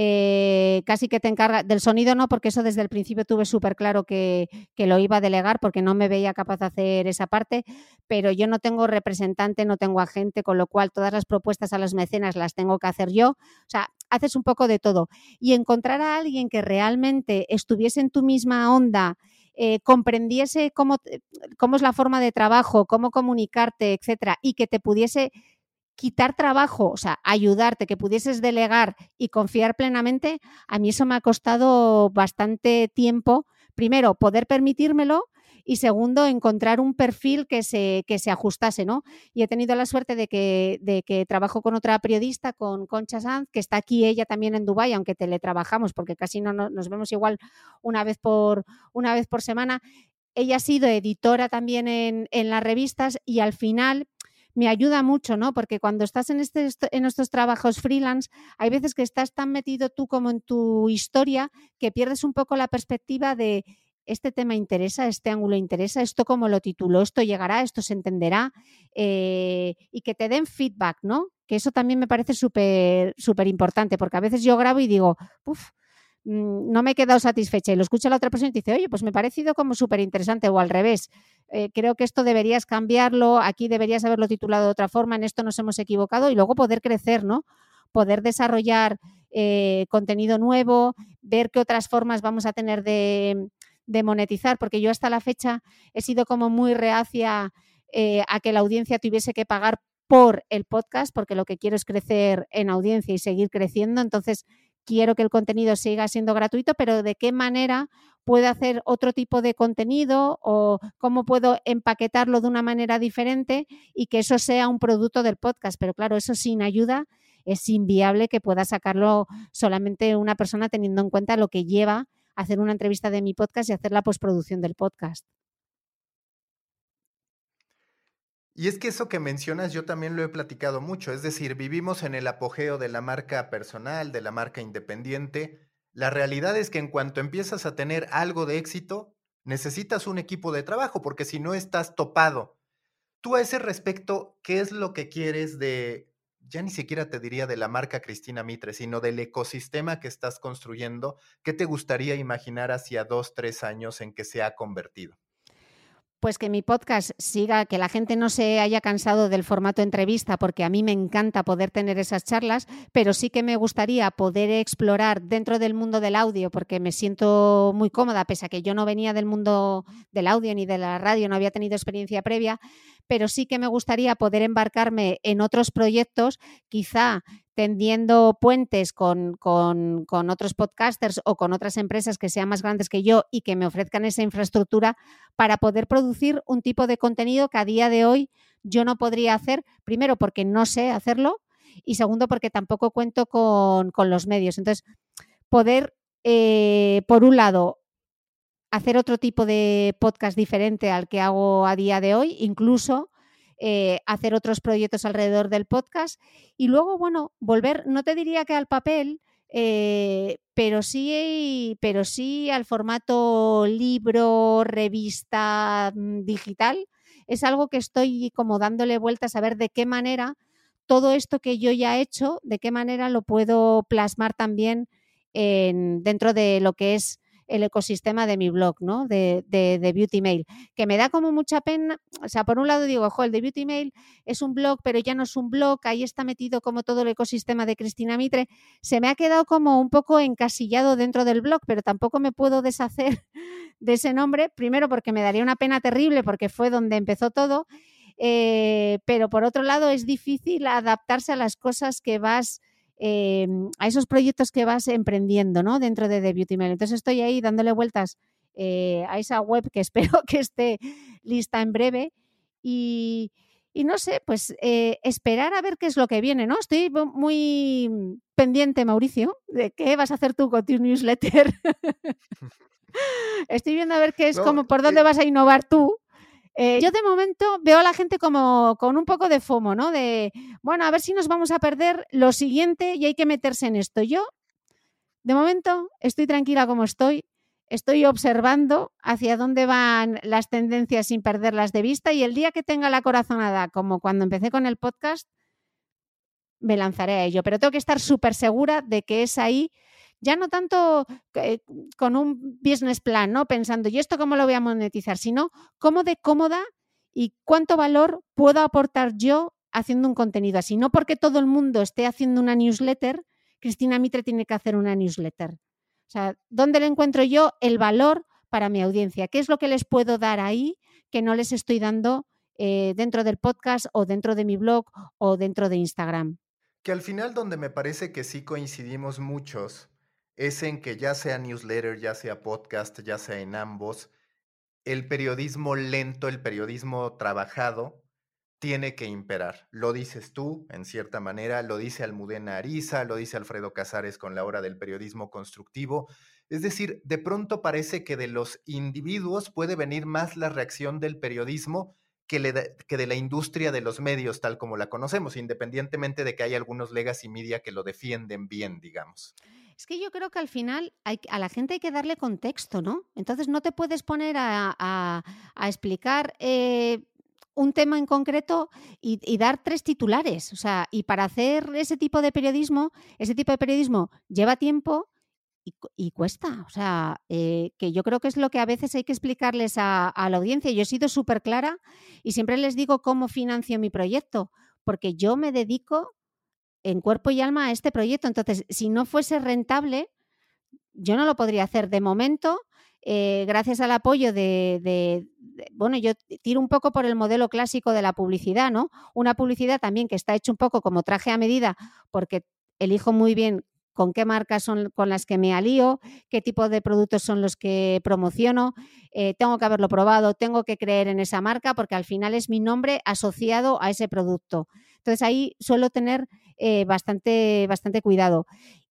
eh, casi que te encargas del sonido, no, porque eso desde el principio tuve súper claro que, que lo iba a delegar porque no me veía capaz de hacer esa parte, pero yo no tengo representante, no tengo agente, con lo cual todas las propuestas a las mecenas las tengo que hacer yo. O sea, haces un poco de todo. Y encontrar a alguien que realmente estuviese en tu misma onda, eh, comprendiese cómo, cómo es la forma de trabajo, cómo comunicarte, etcétera, y que te pudiese quitar trabajo, o sea, ayudarte, que pudieses delegar y confiar plenamente, a mí eso me ha costado bastante tiempo. Primero, poder permitírmelo y segundo, encontrar un perfil que se, que se ajustase, ¿no? Y he tenido la suerte de que, de que trabajo con otra periodista, con Concha Sanz, que está aquí ella también en Dubái, aunque teletrabajamos, porque casi no, no nos vemos igual una vez por, una vez por semana. Ella ha sido editora también en, en las revistas y al final me ayuda mucho, ¿no? Porque cuando estás en, este, en estos trabajos freelance, hay veces que estás tan metido tú como en tu historia que pierdes un poco la perspectiva de este tema interesa, este ángulo interesa, esto cómo lo titulo, esto llegará, esto se entenderá, eh, y que te den feedback, ¿no? Que eso también me parece súper súper importante, porque a veces yo grabo y digo, uff, no me he quedado satisfecha y lo escucha la otra persona y te dice, oye, pues me ha parecido como súper interesante o al revés, eh, creo que esto deberías cambiarlo, aquí deberías haberlo titulado de otra forma, en esto nos hemos equivocado y luego poder crecer, ¿no? Poder desarrollar eh, contenido nuevo, ver qué otras formas vamos a tener de, de monetizar, porque yo hasta la fecha he sido como muy reacia eh, a que la audiencia tuviese que pagar por el podcast, porque lo que quiero es crecer en audiencia y seguir creciendo, entonces quiero que el contenido siga siendo gratuito, pero ¿de qué manera puedo hacer otro tipo de contenido o cómo puedo empaquetarlo de una manera diferente y que eso sea un producto del podcast? Pero claro, eso sin ayuda es inviable que pueda sacarlo solamente una persona teniendo en cuenta lo que lleva a hacer una entrevista de mi podcast y hacer la postproducción del podcast. Y es que eso que mencionas yo también lo he platicado mucho, es decir, vivimos en el apogeo de la marca personal, de la marca independiente. La realidad es que en cuanto empiezas a tener algo de éxito, necesitas un equipo de trabajo, porque si no estás topado. Tú a ese respecto, ¿qué es lo que quieres de, ya ni siquiera te diría de la marca Cristina Mitre, sino del ecosistema que estás construyendo? ¿Qué te gustaría imaginar hacia dos, tres años en que se ha convertido? Pues que mi podcast siga, que la gente no se haya cansado del formato entrevista, porque a mí me encanta poder tener esas charlas, pero sí que me gustaría poder explorar dentro del mundo del audio, porque me siento muy cómoda, pese a que yo no venía del mundo del audio ni de la radio, no había tenido experiencia previa, pero sí que me gustaría poder embarcarme en otros proyectos, quizá tendiendo puentes con, con, con otros podcasters o con otras empresas que sean más grandes que yo y que me ofrezcan esa infraestructura para poder producir un tipo de contenido que a día de hoy yo no podría hacer, primero porque no sé hacerlo y segundo porque tampoco cuento con, con los medios. Entonces, poder, eh, por un lado, hacer otro tipo de podcast diferente al que hago a día de hoy, incluso eh, hacer otros proyectos alrededor del podcast y luego, bueno, volver, no te diría que al papel, eh, pero sí, pero sí al formato libro, revista digital. Es algo que estoy como dándole vueltas a ver de qué manera todo esto que yo ya he hecho, de qué manera lo puedo plasmar también en, dentro de lo que es el ecosistema de mi blog, ¿no? De, de, de Beauty Mail, que me da como mucha pena. O sea, por un lado digo, ojo, el de Beauty Mail es un blog, pero ya no es un blog, ahí está metido como todo el ecosistema de Cristina Mitre. Se me ha quedado como un poco encasillado dentro del blog, pero tampoco me puedo deshacer de ese nombre, primero porque me daría una pena terrible porque fue donde empezó todo, eh, pero por otro lado es difícil adaptarse a las cosas que vas... Eh, a esos proyectos que vas emprendiendo, ¿no? Dentro de The Beauty Mail. Entonces estoy ahí dándole vueltas eh, a esa web que espero que esté lista en breve y, y no sé, pues eh, esperar a ver qué es lo que viene, ¿no? Estoy muy pendiente, Mauricio, de qué vas a hacer tú con tu newsletter. Estoy viendo a ver qué es, no, como por dónde eh... vas a innovar tú. Eh, yo de momento veo a la gente como con un poco de FOMO, ¿no? De, bueno, a ver si nos vamos a perder lo siguiente y hay que meterse en esto. Yo, de momento, estoy tranquila como estoy, estoy observando hacia dónde van las tendencias sin perderlas de vista y el día que tenga la corazonada, como cuando empecé con el podcast, me lanzaré a ello. Pero tengo que estar súper segura de que es ahí. Ya no tanto eh, con un business plan, ¿no? Pensando, ¿y esto cómo lo voy a monetizar? Sino cómo de cómoda y cuánto valor puedo aportar yo haciendo un contenido así. No porque todo el mundo esté haciendo una newsletter, Cristina Mitre tiene que hacer una newsletter. O sea, ¿dónde le encuentro yo el valor para mi audiencia? ¿Qué es lo que les puedo dar ahí que no les estoy dando eh, dentro del podcast o dentro de mi blog o dentro de Instagram? Que al final donde me parece que sí coincidimos muchos es en que ya sea newsletter, ya sea podcast, ya sea en ambos, el periodismo lento, el periodismo trabajado, tiene que imperar. Lo dices tú, en cierta manera, lo dice Almudena Ariza, lo dice Alfredo Casares con la hora del periodismo constructivo. Es decir, de pronto parece que de los individuos puede venir más la reacción del periodismo que, le da, que de la industria de los medios tal como la conocemos, independientemente de que hay algunos legacy media que lo defienden bien, digamos. Es que yo creo que al final hay, a la gente hay que darle contexto, ¿no? Entonces no te puedes poner a, a, a explicar eh, un tema en concreto y, y dar tres titulares. O sea, y para hacer ese tipo de periodismo, ese tipo de periodismo lleva tiempo y, y cuesta. O sea, eh, que yo creo que es lo que a veces hay que explicarles a, a la audiencia. Yo he sido súper clara y siempre les digo cómo financio mi proyecto, porque yo me dedico en cuerpo y alma a este proyecto. Entonces, si no fuese rentable, yo no lo podría hacer. De momento, eh, gracias al apoyo de, de, de, bueno, yo tiro un poco por el modelo clásico de la publicidad, ¿no? Una publicidad también que está hecha un poco como traje a medida, porque elijo muy bien con qué marcas son con las que me alío, qué tipo de productos son los que promociono, eh, tengo que haberlo probado, tengo que creer en esa marca, porque al final es mi nombre asociado a ese producto. Entonces ahí suelo tener eh, bastante, bastante cuidado.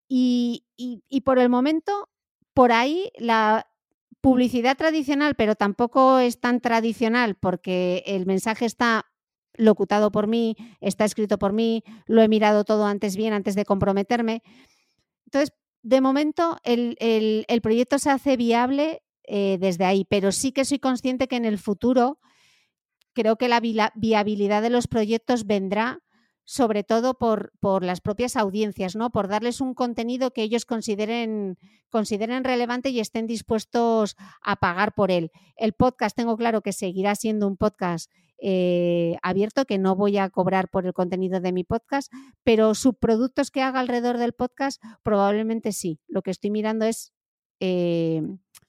Y, y, y por el momento, por ahí la publicidad tradicional, pero tampoco es tan tradicional porque el mensaje está locutado por mí, está escrito por mí, lo he mirado todo antes bien, antes de comprometerme. Entonces, de momento, el, el, el proyecto se hace viable eh, desde ahí, pero sí que soy consciente que en el futuro creo que la vi- viabilidad de los proyectos vendrá sobre todo por, por las propias audiencias, ¿no? Por darles un contenido que ellos consideren, consideren relevante y estén dispuestos a pagar por él. El podcast tengo claro que seguirá siendo un podcast eh, abierto, que no voy a cobrar por el contenido de mi podcast, pero subproductos que haga alrededor del podcast probablemente sí. Lo que estoy mirando es eh,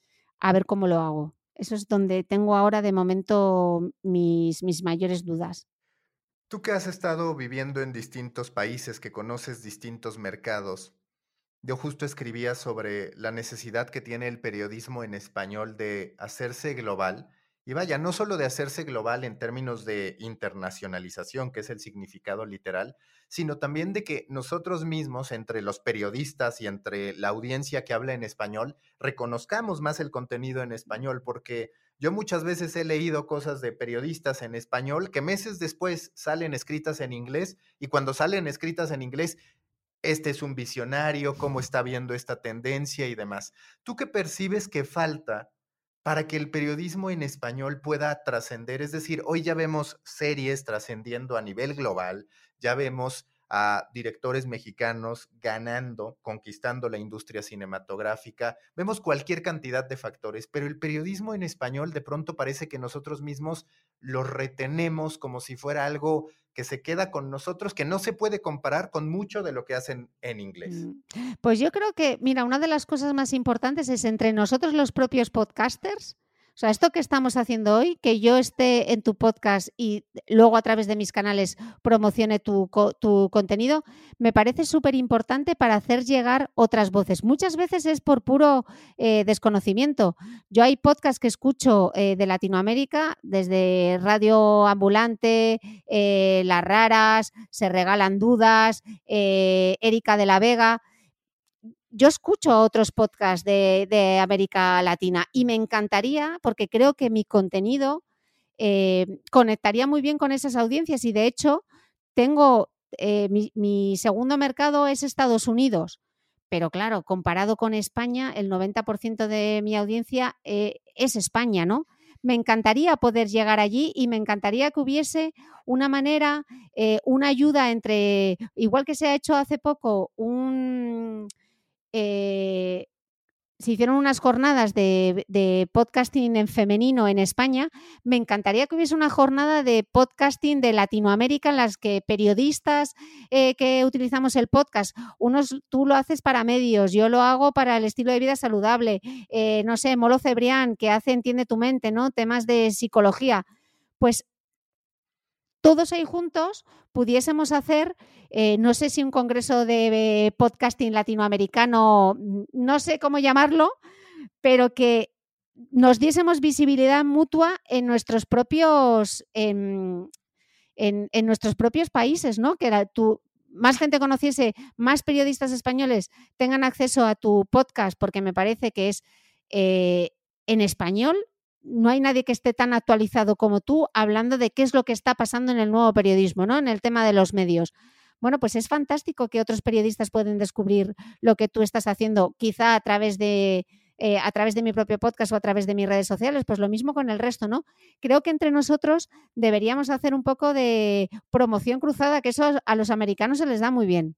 a ver cómo lo hago. Eso es donde tengo ahora de momento mis, mis mayores dudas. Tú que has estado viviendo en distintos países, que conoces distintos mercados, yo justo escribía sobre la necesidad que tiene el periodismo en español de hacerse global, y vaya, no solo de hacerse global en términos de internacionalización, que es el significado literal, sino también de que nosotros mismos, entre los periodistas y entre la audiencia que habla en español, reconozcamos más el contenido en español, porque yo muchas veces he leído cosas de periodistas en español que meses después salen escritas en inglés, y cuando salen escritas en inglés, este es un visionario, cómo está viendo esta tendencia y demás. ¿Tú qué percibes que falta para que el periodismo en español pueda trascender? Es decir, hoy ya vemos series trascendiendo a nivel global, ya vemos a directores mexicanos ganando, conquistando la industria cinematográfica, vemos cualquier cantidad de factores, pero el periodismo en español de pronto parece que nosotros mismos lo retenemos como si fuera algo que se queda con nosotros, que no se puede comparar con mucho de lo que hacen en inglés. Pues yo creo que, mira, una de las cosas más importantes es entre nosotros los propios podcasters. O sea, esto que estamos haciendo hoy, que yo esté en tu podcast y luego a través de mis canales promocione tu, tu contenido, me parece súper importante para hacer llegar otras voces. Muchas veces es por puro eh, desconocimiento. Yo hay podcasts que escucho eh, de Latinoamérica, desde Radio Ambulante, eh, Las Raras, Se Regalan Dudas, eh, Erika de la Vega. Yo escucho otros podcasts de, de América Latina y me encantaría, porque creo que mi contenido eh, conectaría muy bien con esas audiencias y de hecho tengo eh, mi, mi segundo mercado es Estados Unidos, pero claro, comparado con España, el noventa por ciento de mi audiencia eh, es España, ¿no? Me encantaría poder llegar allí y me encantaría que hubiese una manera, eh, una ayuda entre, igual que se ha hecho hace poco un... Eh, se hicieron unas jornadas de, de podcasting en femenino en España. Me encantaría que hubiese una jornada de podcasting de Latinoamérica en las que periodistas eh, que utilizamos el podcast, unos tú lo haces para medios, yo lo hago para el estilo de vida saludable, eh, no sé, Molo Cebrián, que hace Entiende tu mente, ¿no? Temas de psicología. Pues todos ahí juntos pudiésemos hacer, eh, no sé si un congreso de podcasting latinoamericano, no sé cómo llamarlo, pero que nos diésemos visibilidad mutua en nuestros propios, en, en, en nuestros propios países, ¿no? Que la, tu, más gente conociese, más periodistas españoles tengan acceso a tu podcast, porque me parece que es eh, en español. No hay nadie que esté tan actualizado como tú hablando de qué es lo que está pasando en el nuevo periodismo, ¿no? En el tema de los medios. Bueno, pues es fantástico que otros periodistas pueden descubrir lo que tú estás haciendo, quizá a través de, eh, a través de mi propio podcast o a través de mis redes sociales. Pues lo mismo con el resto, ¿no? Creo que entre nosotros deberíamos hacer un poco de promoción cruzada, que eso a los americanos se les da muy bien.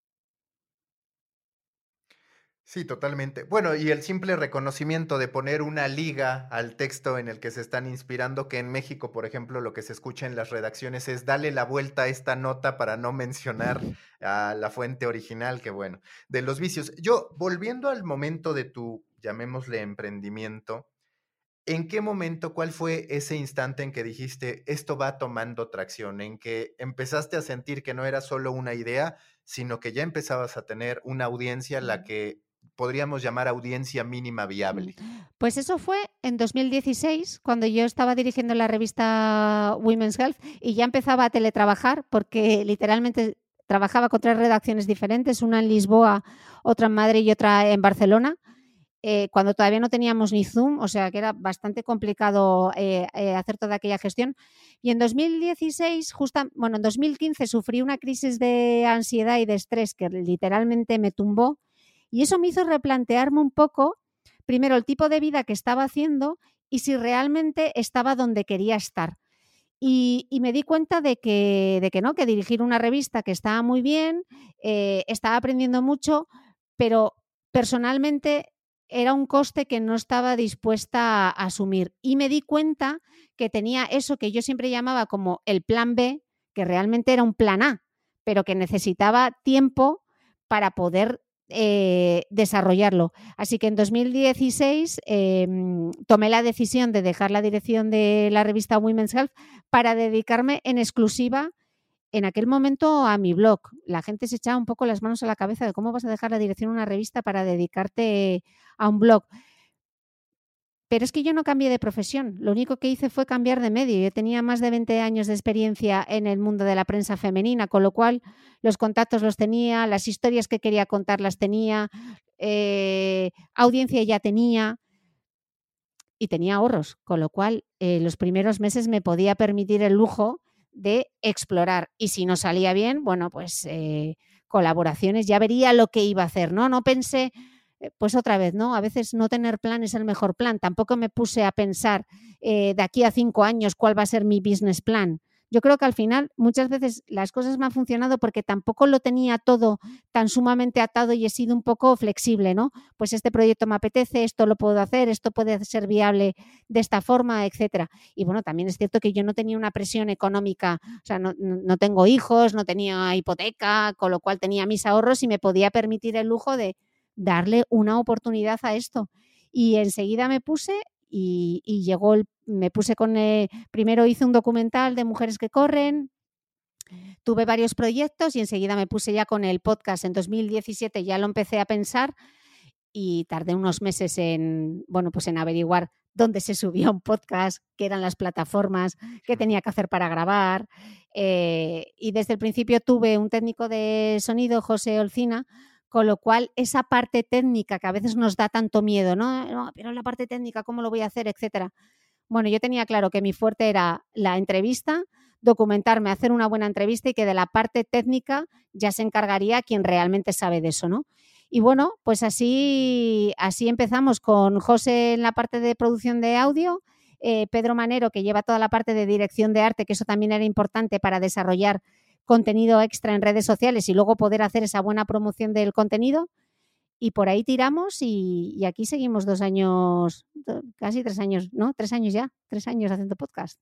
Sí, totalmente. Bueno, y el simple reconocimiento de poner una liga al texto en el que se están inspirando, que en México, por ejemplo, lo que se escucha en las redacciones es dale la vuelta a esta nota para no mencionar a la fuente original, que bueno, de los vicios. Yo, volviendo al momento de tu, llamémosle, emprendimiento, ¿en qué momento, cuál fue ese instante en que dijiste esto va tomando tracción, en que empezaste a sentir que no era solo una idea, sino que ya empezabas a tener una audiencia, la que podríamos llamar audiencia mínima viable? Pues eso fue en dos mil dieciséis, cuando yo estaba dirigiendo la revista Women's Health y ya empezaba a teletrabajar, porque literalmente trabajaba con tres redacciones diferentes, una en Lisboa, otra en Madrid y otra en Barcelona, eh, cuando todavía no teníamos ni Zoom, o sea que era bastante complicado eh, eh, hacer toda aquella gestión. Y en dos mil dieciséis, justa, bueno, en dos mil quince sufrí una crisis de ansiedad y de estrés que literalmente me tumbó. Y eso me hizo replantearme un poco, primero, el tipo de vida que estaba haciendo y si realmente estaba donde quería estar. Y, y me di cuenta de que, de que no, que dirigir una revista que estaba muy bien, eh, estaba aprendiendo mucho, pero personalmente era un coste que no estaba dispuesta a asumir. Y me di cuenta que tenía eso que yo siempre llamaba como el plan B, que realmente era un plan A, pero que necesitaba tiempo para poder Eh, desarrollarlo. Así que en dos mil dieciséis eh, tomé la decisión de dejar la dirección de la revista Women's Health para dedicarme en exclusiva en aquel momento a mi blog. La gente se echaba un poco las manos a la cabeza de cómo vas a dejar la dirección de una revista para dedicarte a un blog. Pero es que yo no cambié de profesión, lo único que hice fue cambiar de medio. Yo tenía más de veinte años de experiencia en el mundo de la prensa femenina, con lo cual los contactos los tenía, las historias que quería contar las tenía, eh, audiencia ya tenía y tenía ahorros, con lo cual eh, los primeros meses me podía permitir el lujo de explorar y si no salía bien, bueno, pues eh, colaboraciones, ya vería lo que iba a hacer, ¿no? No pensé... pues otra vez, ¿no? A veces no tener plan es el mejor plan. Tampoco me puse a pensar eh, de aquí a cinco años cuál va a ser mi business plan. Yo creo que al final muchas veces las cosas me han funcionado porque tampoco lo tenía todo tan sumamente atado y he sido un poco flexible, ¿no? Pues este proyecto me apetece, esto lo puedo hacer, esto puede ser viable de esta forma, etcétera. Y bueno, también es cierto que yo no tenía una presión económica, o sea, no, no tengo hijos, no tenía hipoteca, con lo cual tenía mis ahorros y me podía permitir el lujo de darle una oportunidad a esto. Y enseguida me puse y, y llegó el me puse con, eh, primero hice un documental de mujeres que corren, tuve varios proyectos y enseguida me puse ya con el podcast. En dos mil diecisiete ya lo empecé a pensar y tardé unos meses en, bueno, pues en averiguar dónde se subía un podcast, qué eran las plataformas, qué tenía que hacer para grabar. Eh, y desde el principio tuve un técnico de sonido, José Olcina, con lo cual esa parte técnica que a veces nos da tanto miedo, ¿no? No, pero la parte técnica, ¿cómo lo voy a hacer? Etcétera. Bueno, yo tenía claro que mi fuerte era la entrevista, documentarme, hacer una buena entrevista y que de la parte técnica ya se encargaría quien realmente sabe de eso, ¿no? Y bueno, pues así, así empezamos con José en la parte de producción de audio, eh, Pedro Manero, que lleva toda la parte de dirección de arte, que eso también era importante para desarrollar contenido extra en redes sociales y luego poder hacer esa buena promoción del contenido. Y por ahí tiramos y, y aquí seguimos dos años, casi tres años, ¿no? Tres años ya, tres años haciendo podcast.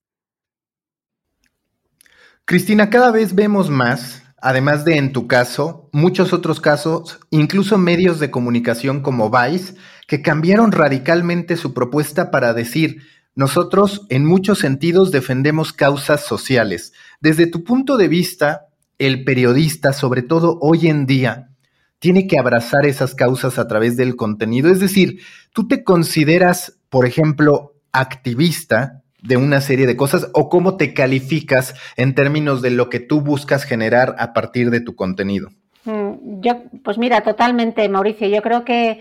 Cristina, cada vez vemos más, además de en tu caso, muchos otros casos, incluso medios de comunicación como Vice, que cambiaron radicalmente su propuesta para decir, nosotros en muchos sentidos defendemos causas sociales. Desde tu punto de vista, el periodista, sobre todo hoy en día, tiene que abrazar esas causas a través del contenido. Es decir, ¿tú te consideras, por ejemplo, activista de una serie de cosas o cómo te calificas en términos de lo que tú buscas generar a partir de tu contenido? Yo, pues mira, totalmente, Mauricio. Yo creo que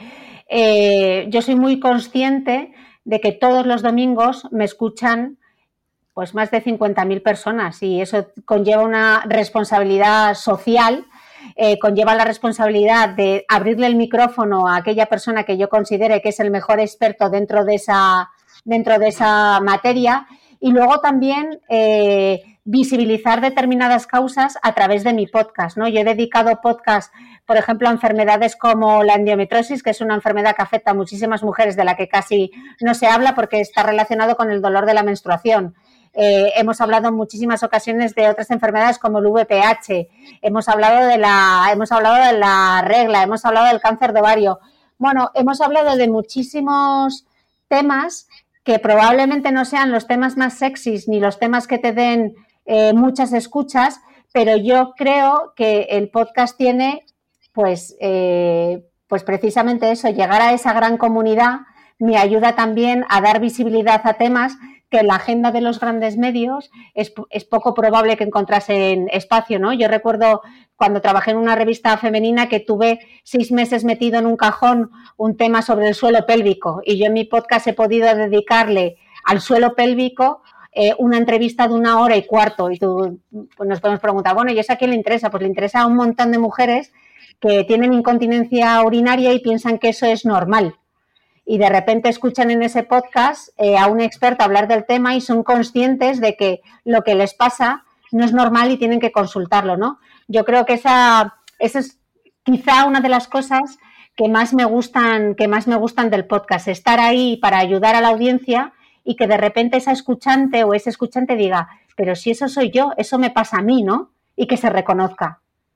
eh, yo soy muy consciente de que todos los domingos me escuchan pues más de cincuenta mil personas y eso conlleva una responsabilidad social. Eh, conlleva la responsabilidad de abrirle el micrófono a aquella persona que yo considere que es el mejor experto dentro de esa, dentro de esa materia y luego también eh, visibilizar determinadas causas a través de mi podcast, ¿no? Yo he dedicado podcast, por ejemplo, a enfermedades como la endometriosis, que es una enfermedad que afecta a muchísimas mujeres de la que casi no se habla porque está relacionado con el dolor de la menstruación. Eh, hemos hablado en muchísimas ocasiones de otras enfermedades como el V P H, hemos hablado de la, hemos hablado de la regla, hemos hablado del cáncer de ovario. Bueno, hemos hablado de muchísimos temas que probablemente no sean los temas más sexys ni los temas que te den eh, muchas escuchas, pero yo creo que el podcast tiene, pues, eh, pues precisamente eso, llegar a esa gran comunidad me ayuda también a dar visibilidad a temas que en la agenda de los grandes medios es, es poco probable que encontrasen espacio, ¿no? Yo recuerdo cuando trabajé en una revista femenina que tuve seis meses metido en un cajón un tema sobre el suelo pélvico y yo en mi podcast he podido dedicarle al suelo pélvico eh, una entrevista de una hora y cuarto y tú, pues nos podemos preguntar, bueno, ¿y eso a quién le interesa? Pues le interesa a un montón de mujeres que tienen incontinencia urinaria y piensan que eso es normal. Y de repente escuchan en ese podcast eh, a un experto hablar del tema y son conscientes de que lo que les pasa no es normal y tienen que consultarlo, ¿no? Yo creo que esa, esa es quizá una de las cosas que más me gustan, que más me gustan del podcast, estar ahí para ayudar a la audiencia y que de repente esa escuchante o ese escuchante diga, pero si eso soy yo, eso me pasa a mí, ¿no? Y que se reconozca.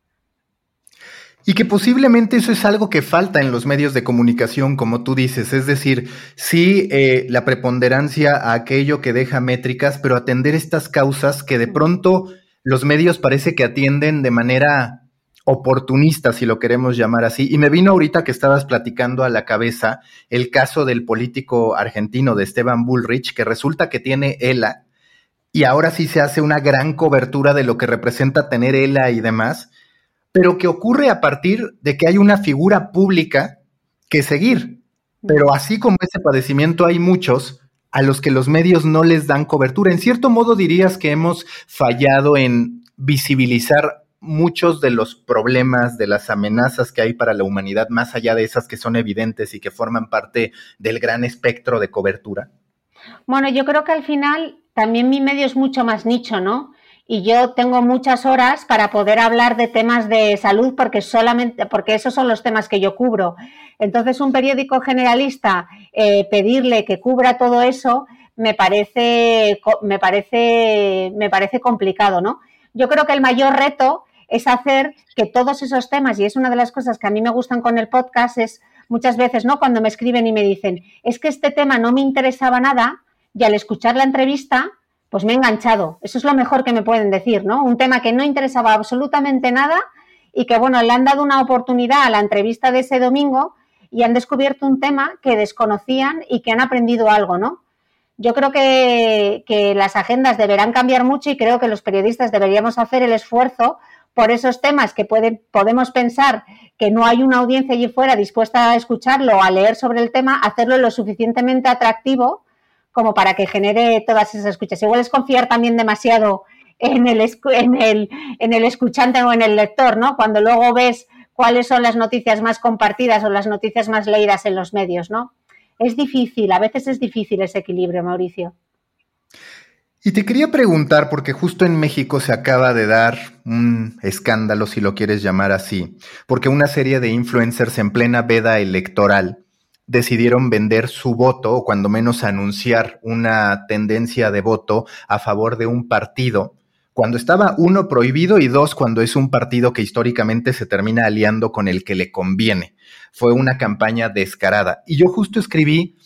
Y que posiblemente eso es algo que falta en los medios de comunicación, como tú dices, es decir, sí eh, la preponderancia a aquello que deja métricas, pero atender estas causas que de pronto los medios parece que atienden de manera oportunista, si lo queremos llamar así. Y me vino ahorita que estabas platicando a la cabeza el caso del político argentino de Esteban Bullrich, que resulta que tiene ELA, y ahora sí se hace una gran cobertura de lo que representa tener ELA y demás, pero que ocurre a partir de que hay una figura pública que seguir. Pero así como ese padecimiento hay muchos a los que los medios no les dan cobertura. En cierto modo dirías que hemos fallado en visibilizar muchos de los problemas, de las amenazas que hay para la humanidad, más allá de esas que son evidentes y que forman parte del gran espectro de cobertura? Bueno, yo creo que al final también mi medio es mucho más nicho, ¿no? Y yo tengo muchas horas para poder hablar de temas de salud porque solamente, porque esos son los temas que yo cubro. Entonces, un periódico generalista, eh, pedirle que cubra todo eso, me parece, me parece, me parece complicado, ¿no? Yo creo que el mayor reto es hacer que todos esos temas, y es una de las cosas que a mí me gustan con el podcast, es muchas veces, ¿no? Cuando me escriben y me dicen, es que este tema no me interesaba nada, y al escuchar la entrevista, pues me he enganchado. Eso es lo mejor que me pueden decir, ¿no? Un tema que no interesaba absolutamente nada y que, bueno, le han dado una oportunidad a la entrevista de ese domingo y han descubierto un tema que desconocían y que han aprendido algo, ¿no? Yo creo que, que las agendas deberán cambiar mucho y creo que los periodistas deberíamos hacer el esfuerzo por esos temas que puede, podemos pensar que no hay una audiencia allí fuera dispuesta a escucharlo o a leer sobre el tema, hacerlo lo suficientemente atractivo como para que genere todas esas escuchas. Igual es confiar también demasiado en el, en el, en el escuchante o en el lector, ¿no? Cuando luego ves cuáles son las noticias más compartidas o las noticias más leídas en los medios, ¿no? Es difícil, a veces es difícil ese equilibrio, Mauricio. Y te quería preguntar, porque justo en México se acaba de dar un escándalo, si lo quieres llamar así, porque una serie de influencers en plena veda electoral decidieron vender su voto, o cuando menos anunciar una tendencia de voto a favor de un partido, cuando estaba uno prohibido y dos cuando es un partido que históricamente se termina aliando con el que le conviene. Fue una campaña descarada. Y yo justo escribí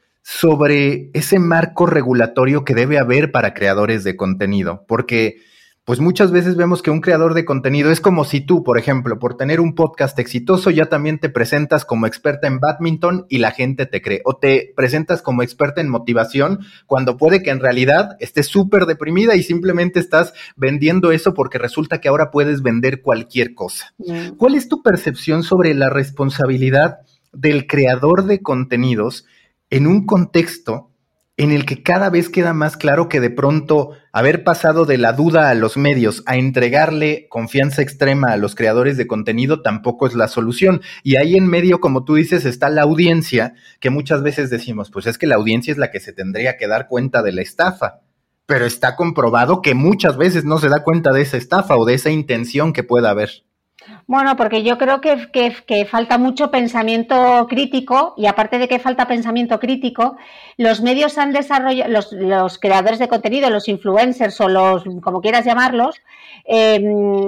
sobre ese marco regulatorio que debe haber para creadores de contenido, porque pues muchas veces vemos que un creador de contenido es como si tú, por ejemplo, por tener un podcast exitoso, ya también te presentas como experta en bádminton y la gente te cree, o te presentas como experta en motivación cuando puede que en realidad estés súper deprimida y simplemente estás vendiendo eso porque resulta que ahora puedes vender cualquier cosa. Mm. ¿Cuál es tu percepción sobre la responsabilidad del creador de contenidos en un contexto en el que cada vez queda más claro que de pronto haber pasado de la duda a los medios a entregarle confianza extrema a los creadores de contenido tampoco es la solución? Y ahí en medio, como tú dices, está la audiencia, que muchas veces decimos, pues es que la audiencia es la que se tendría que dar cuenta de la estafa, pero está comprobado que muchas veces no se da cuenta de esa estafa o de esa intención que pueda haber. Bueno, porque yo creo que, que, que falta mucho pensamiento crítico y aparte de que falta pensamiento crítico, los medios han desarrollado, los, los creadores de contenido, los influencers o los, como quieras llamarlos, eh,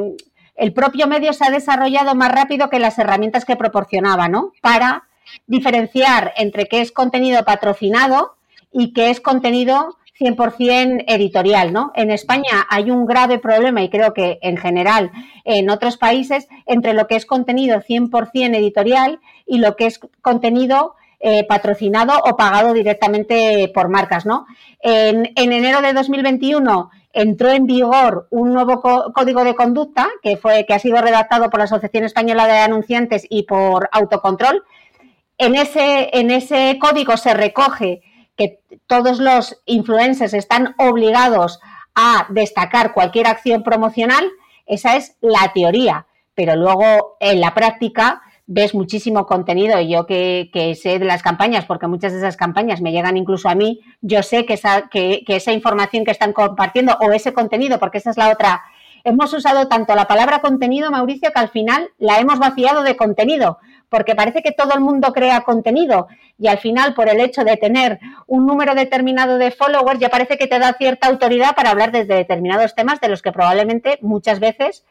el propio medio se ha desarrollado más rápido que las herramientas que proporcionaba, ¿no? Para diferenciar entre qué es contenido patrocinado y qué es contenido cien por ciento editorial, ¿no? En España hay un grave problema, y creo que en general en otros países, entre lo que es contenido cien por ciento editorial y lo que es contenido eh, patrocinado o pagado directamente por marcas, ¿no? En, en enero de dos mil veintiuno entró en vigor un nuevo co- código de conducta que fue que ha sido redactado por la Asociación Española de Anunciantes y por Autocontrol. En ese, en ese código se recoge que todos los influencers están obligados a destacar cualquier acción promocional. Esa es la teoría, pero luego en la práctica ves muchísimo contenido. Y yo que, que sé de las campañas, porque muchas de esas campañas me llegan incluso a mí, yo sé que esa, que, que esa información que están compartiendo o ese contenido, porque esa es la otra. Hemos usado tanto la palabra contenido, Mauricio, que al final la hemos vaciado de contenido, porque parece que todo el mundo crea contenido y al final, por el hecho de tener un número determinado de followers, ya parece que te da cierta autoridad para hablar desde determinados temas de los que probablemente muchas veces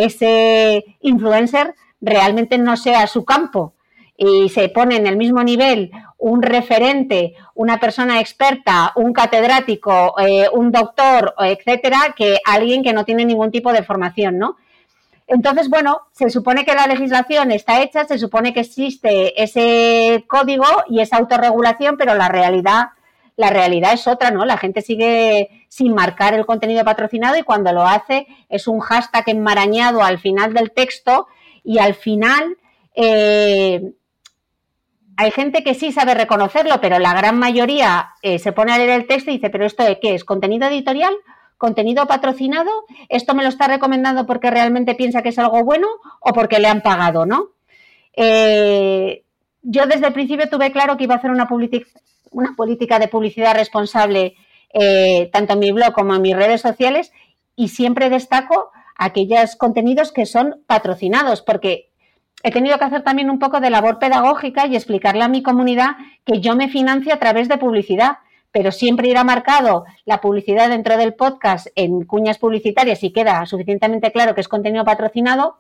ese influencer realmente no sea su campo. Y se pone en el mismo nivel un referente, una persona experta, un catedrático, eh, un doctor, etcétera, que alguien que no tiene ningún tipo de formación, ¿no? Entonces, bueno, se supone que la legislación está hecha, se supone que existe ese código y esa autorregulación, pero la realidad, la realidad es otra, ¿no? La gente sigue sin marcar el contenido patrocinado y cuando lo hace es un hashtag enmarañado al final del texto y al final eh, hay gente que sí sabe reconocerlo, pero la gran mayoría eh, se pone a leer el texto y dice, ¿pero esto de qué es? ¿Contenido editorial? contenido patrocinado, esto me lo está recomendando porque realmente piensa que es algo bueno o porque le han pagado, ¿no? Eh, yo desde el principio tuve claro que iba a hacer una, una política de publicidad responsable eh, tanto en mi blog como en mis redes sociales, y siempre destaco aquellos contenidos que son patrocinados, porque he tenido que hacer también un poco de labor pedagógica y explicarle a mi comunidad que yo me financio a través de publicidad, pero siempre irá marcado la publicidad dentro del podcast en cuñas publicitarias y queda suficientemente claro que es contenido patrocinado,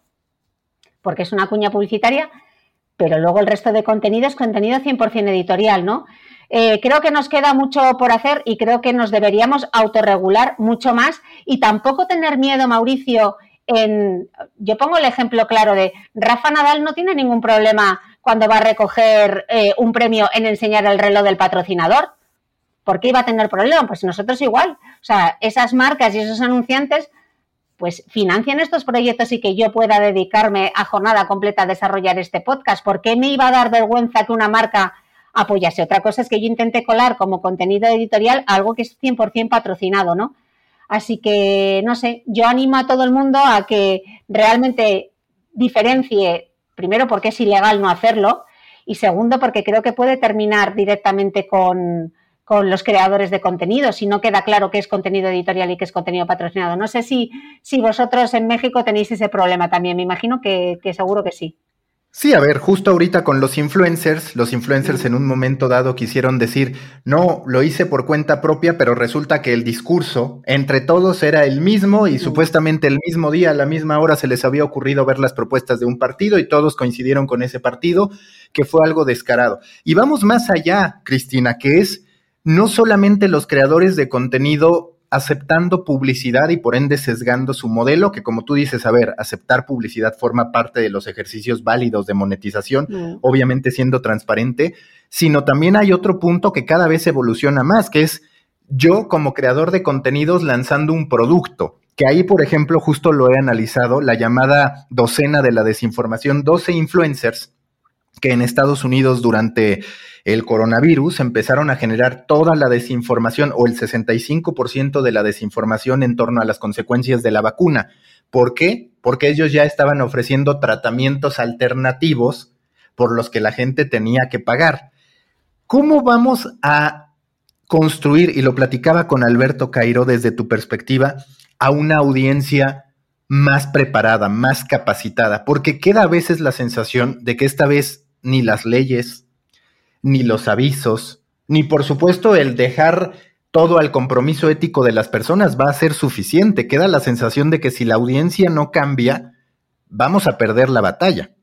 porque es una cuña publicitaria, pero luego el resto de contenido es contenido cien por ciento editorial, ¿no? Eh, creo que nos queda mucho por hacer y creo que nos deberíamos autorregular mucho más y tampoco tener miedo, Mauricio, en... Yo pongo el ejemplo claro de Rafa Nadal no tiene ningún problema cuando va a recoger eh, un premio en enseñar el reloj del patrocinador. ¿Por qué iba a tener problema? Pues nosotros igual. O sea, esas marcas y esos anunciantes pues financian estos proyectos y que yo pueda dedicarme a jornada completa a desarrollar este podcast. ¿Por qué me iba a dar vergüenza que una marca apoyase? Otra cosa es que yo intente colar como contenido editorial algo que es cien por ciento patrocinado, ¿no? Así que, no sé, yo animo a todo el mundo a que realmente diferencie, primero porque es ilegal no hacerlo, y segundo porque creo que puede terminar directamente con... con los creadores de contenido, si no queda claro qué es contenido editorial y qué es contenido patrocinado. No sé si, si vosotros en México tenéis ese problema también, me imagino que, que seguro que sí. Sí, a ver, justo ahorita con los influencers, los influencers en un momento dado quisieron decir, no, lo hice por cuenta propia, pero resulta que el discurso entre todos era el mismo y mm. supuestamente el mismo día, a la misma hora se les había ocurrido ver las propuestas de un partido y todos coincidieron con ese partido, que fue algo descarado. Y vamos más allá, Cristina, que es no solamente los creadores de contenido aceptando publicidad y por ende sesgando su modelo, que como tú dices, a ver, aceptar publicidad forma parte de los ejercicios válidos de monetización, mm. obviamente siendo transparente, sino también hay otro punto que cada vez evoluciona más, que es yo como creador de contenidos lanzando un producto, que ahí, por ejemplo, justo lo he analizado, la llamada docena de la desinformación, doce influencers que en Estados Unidos durante el coronavirus empezaron a generar toda la desinformación o el sesenta y cinco por ciento de la desinformación en torno a las consecuencias de la vacuna. ¿Por qué? Porque ellos ya estaban ofreciendo tratamientos alternativos por los que la gente tenía que pagar. ¿Cómo vamos a construir, y lo platicaba con Alberto Cairo desde tu perspectiva, a una audiencia más preparada, más capacitada? Porque queda a veces la sensación de que esta vez ni las leyes, ni los avisos, ni por supuesto el dejar todo al compromiso ético de las personas va a ser suficiente. Queda la sensación de que si la audiencia no cambia, vamos a perder la batalla.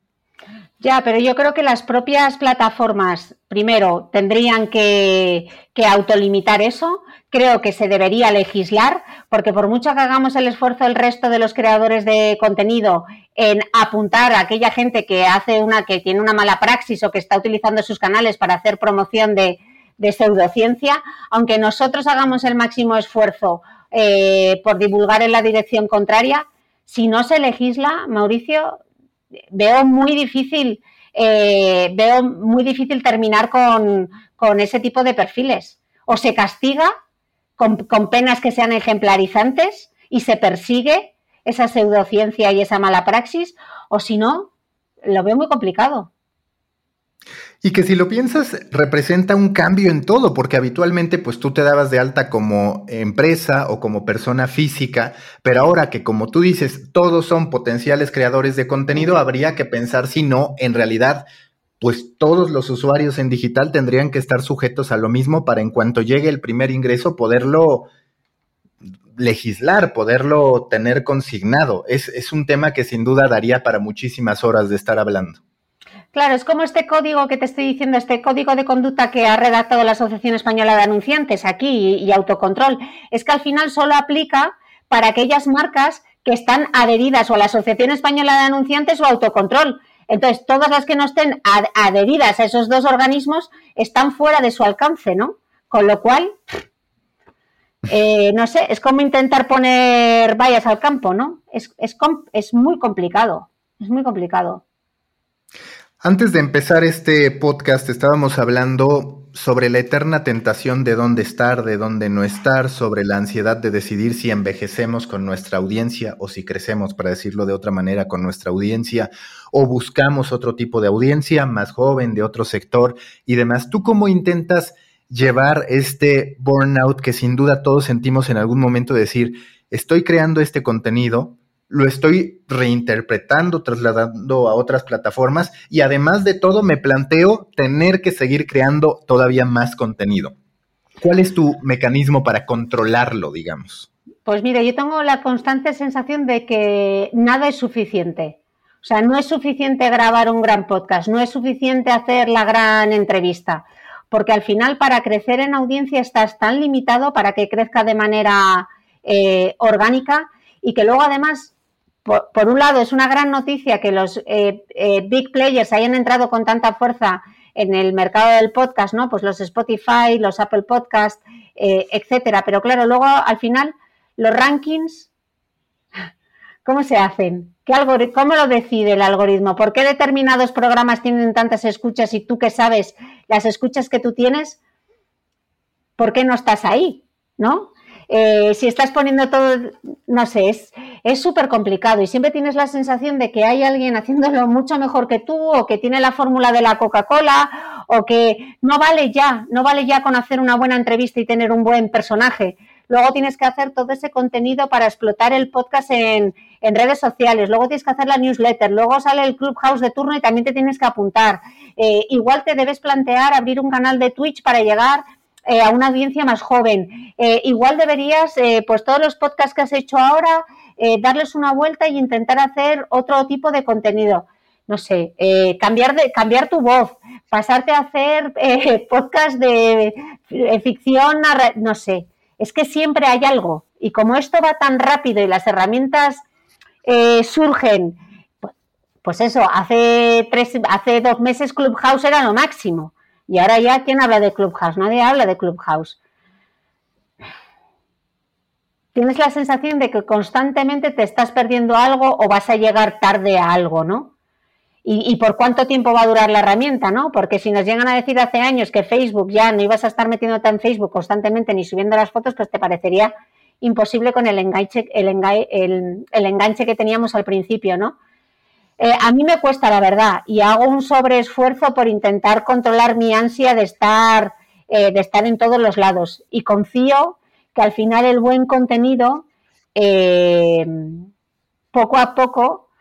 Ya, pero yo creo que las propias plataformas, primero, tendrían que, que autolimitar eso. Creo que se debería legislar, porque por mucho que hagamos el esfuerzo el resto de los creadores de contenido en apuntar a aquella gente que hace una, que tiene una mala praxis o que está utilizando sus canales para hacer promoción de, de pseudociencia, aunque nosotros hagamos el máximo esfuerzo eh, por divulgar en la dirección contraria, si no se legisla, Mauricio, veo muy difícil, eh, veo muy difícil terminar con, con ese tipo de perfiles. O se castiga con, con penas que sean ejemplarizantes y se persigue esa pseudociencia y esa mala praxis, o si no, lo veo muy complicado. Y que si lo piensas, representa un cambio en todo, porque habitualmente pues tú te dabas de alta como empresa o como persona física, pero ahora que como tú dices, todos son potenciales creadores de contenido, habría que pensar si no, en realidad, pues todos los usuarios en digital tendrían que estar sujetos a lo mismo para en cuanto llegue el primer ingreso poderlo legislar, poderlo tener consignado. Es, es un tema que sin duda daría para muchísimas horas de estar hablando. Claro, es como este código que te estoy diciendo, este código de conducta que ha redactado la Asociación Española de Anunciantes aquí y, y Autocontrol. Es que al final solo aplica para aquellas marcas que están adheridas o a la Asociación Española de Anunciantes o Autocontrol. Entonces, todas las que no estén ad- adheridas a esos dos organismos están fuera de su alcance, ¿no? Con lo cual, eh, no sé, es como intentar poner vallas al campo, ¿no? Es, es, es muy complicado, es muy complicado. Antes de empezar este podcast estábamos hablando sobre la eterna tentación de dónde estar, de dónde no estar, sobre la ansiedad de decidir si envejecemos con nuestra audiencia o si crecemos, para decirlo de otra manera, con nuestra audiencia, o buscamos otro tipo de audiencia, más joven, de otro sector y demás. ¿Tú cómo intentas llevar este burnout que sin duda todos sentimos en algún momento de decir, estoy creando este contenido, lo estoy reinterpretando, trasladando a otras plataformas y además de todo me planteo tener que seguir creando todavía más contenido? ¿Cuál es tu mecanismo para controlarlo, digamos? Pues mira, yo tengo la constante sensación de que nada es suficiente. O sea, no es suficiente grabar un gran podcast, no es suficiente hacer la gran entrevista, porque al final para crecer en audiencia estás tan limitado para que crezca de manera eh, orgánica y que luego además... Por, por un lado, es una gran noticia que los eh, eh, big players hayan entrado con tanta fuerza en el mercado del podcast, ¿no? Pues los Spotify, los Apple Podcast, eh, etcétera. Pero claro, luego al final los rankings, ¿cómo se hacen? ¿Qué algori- ¿Cómo lo decide el algoritmo? ¿Por qué determinados programas tienen tantas escuchas y tú que sabes las escuchas que tú tienes, por qué no estás ahí, ¿no? Eh, si estás poniendo todo, no sé, es es súper complicado y siempre tienes la sensación de que hay alguien haciéndolo mucho mejor que tú o que tiene la fórmula de la Coca-Cola o que no vale ya, no vale ya con hacer una buena entrevista y tener un buen personaje. Luego tienes que hacer todo ese contenido para explotar el podcast en, en redes sociales, luego tienes que hacer la newsletter, luego sale el Clubhouse de turno y también te tienes que apuntar. Eh, igual te debes plantear abrir un canal de Twitch para llegar Eh, a una audiencia más joven. Eh, igual deberías, eh, pues todos los podcasts que has hecho ahora, eh, darles una vuelta e intentar hacer otro tipo de contenido. No sé, eh, cambiar de cambiar tu voz, pasarte a hacer eh, podcast de eh, ficción, narra- no sé. Es que siempre hay algo. Y como esto va tan rápido y las herramientas eh, surgen, pues, pues eso, hace tres, hace dos meses Clubhouse era lo máximo. Y ahora ya, ¿quién habla de Clubhouse? Nadie habla de Clubhouse. Tienes la sensación de que constantemente te estás perdiendo algo o vas a llegar tarde a algo, ¿no? Y, y por cuánto tiempo va a durar la herramienta, ¿no? Porque si nos llegan a decir hace años que Facebook ya no ibas a estar metiéndote en Facebook constantemente ni subiendo las fotos, pues te parecería imposible con el enganche, el enganche, el, el enganche que teníamos al principio, ¿no? Eh, a mí me cuesta, la verdad, y hago un sobreesfuerzo por intentar controlar mi ansia de estar, eh, de estar en todos los lados. Y confío que al final el buen contenido, eh, poco a poco,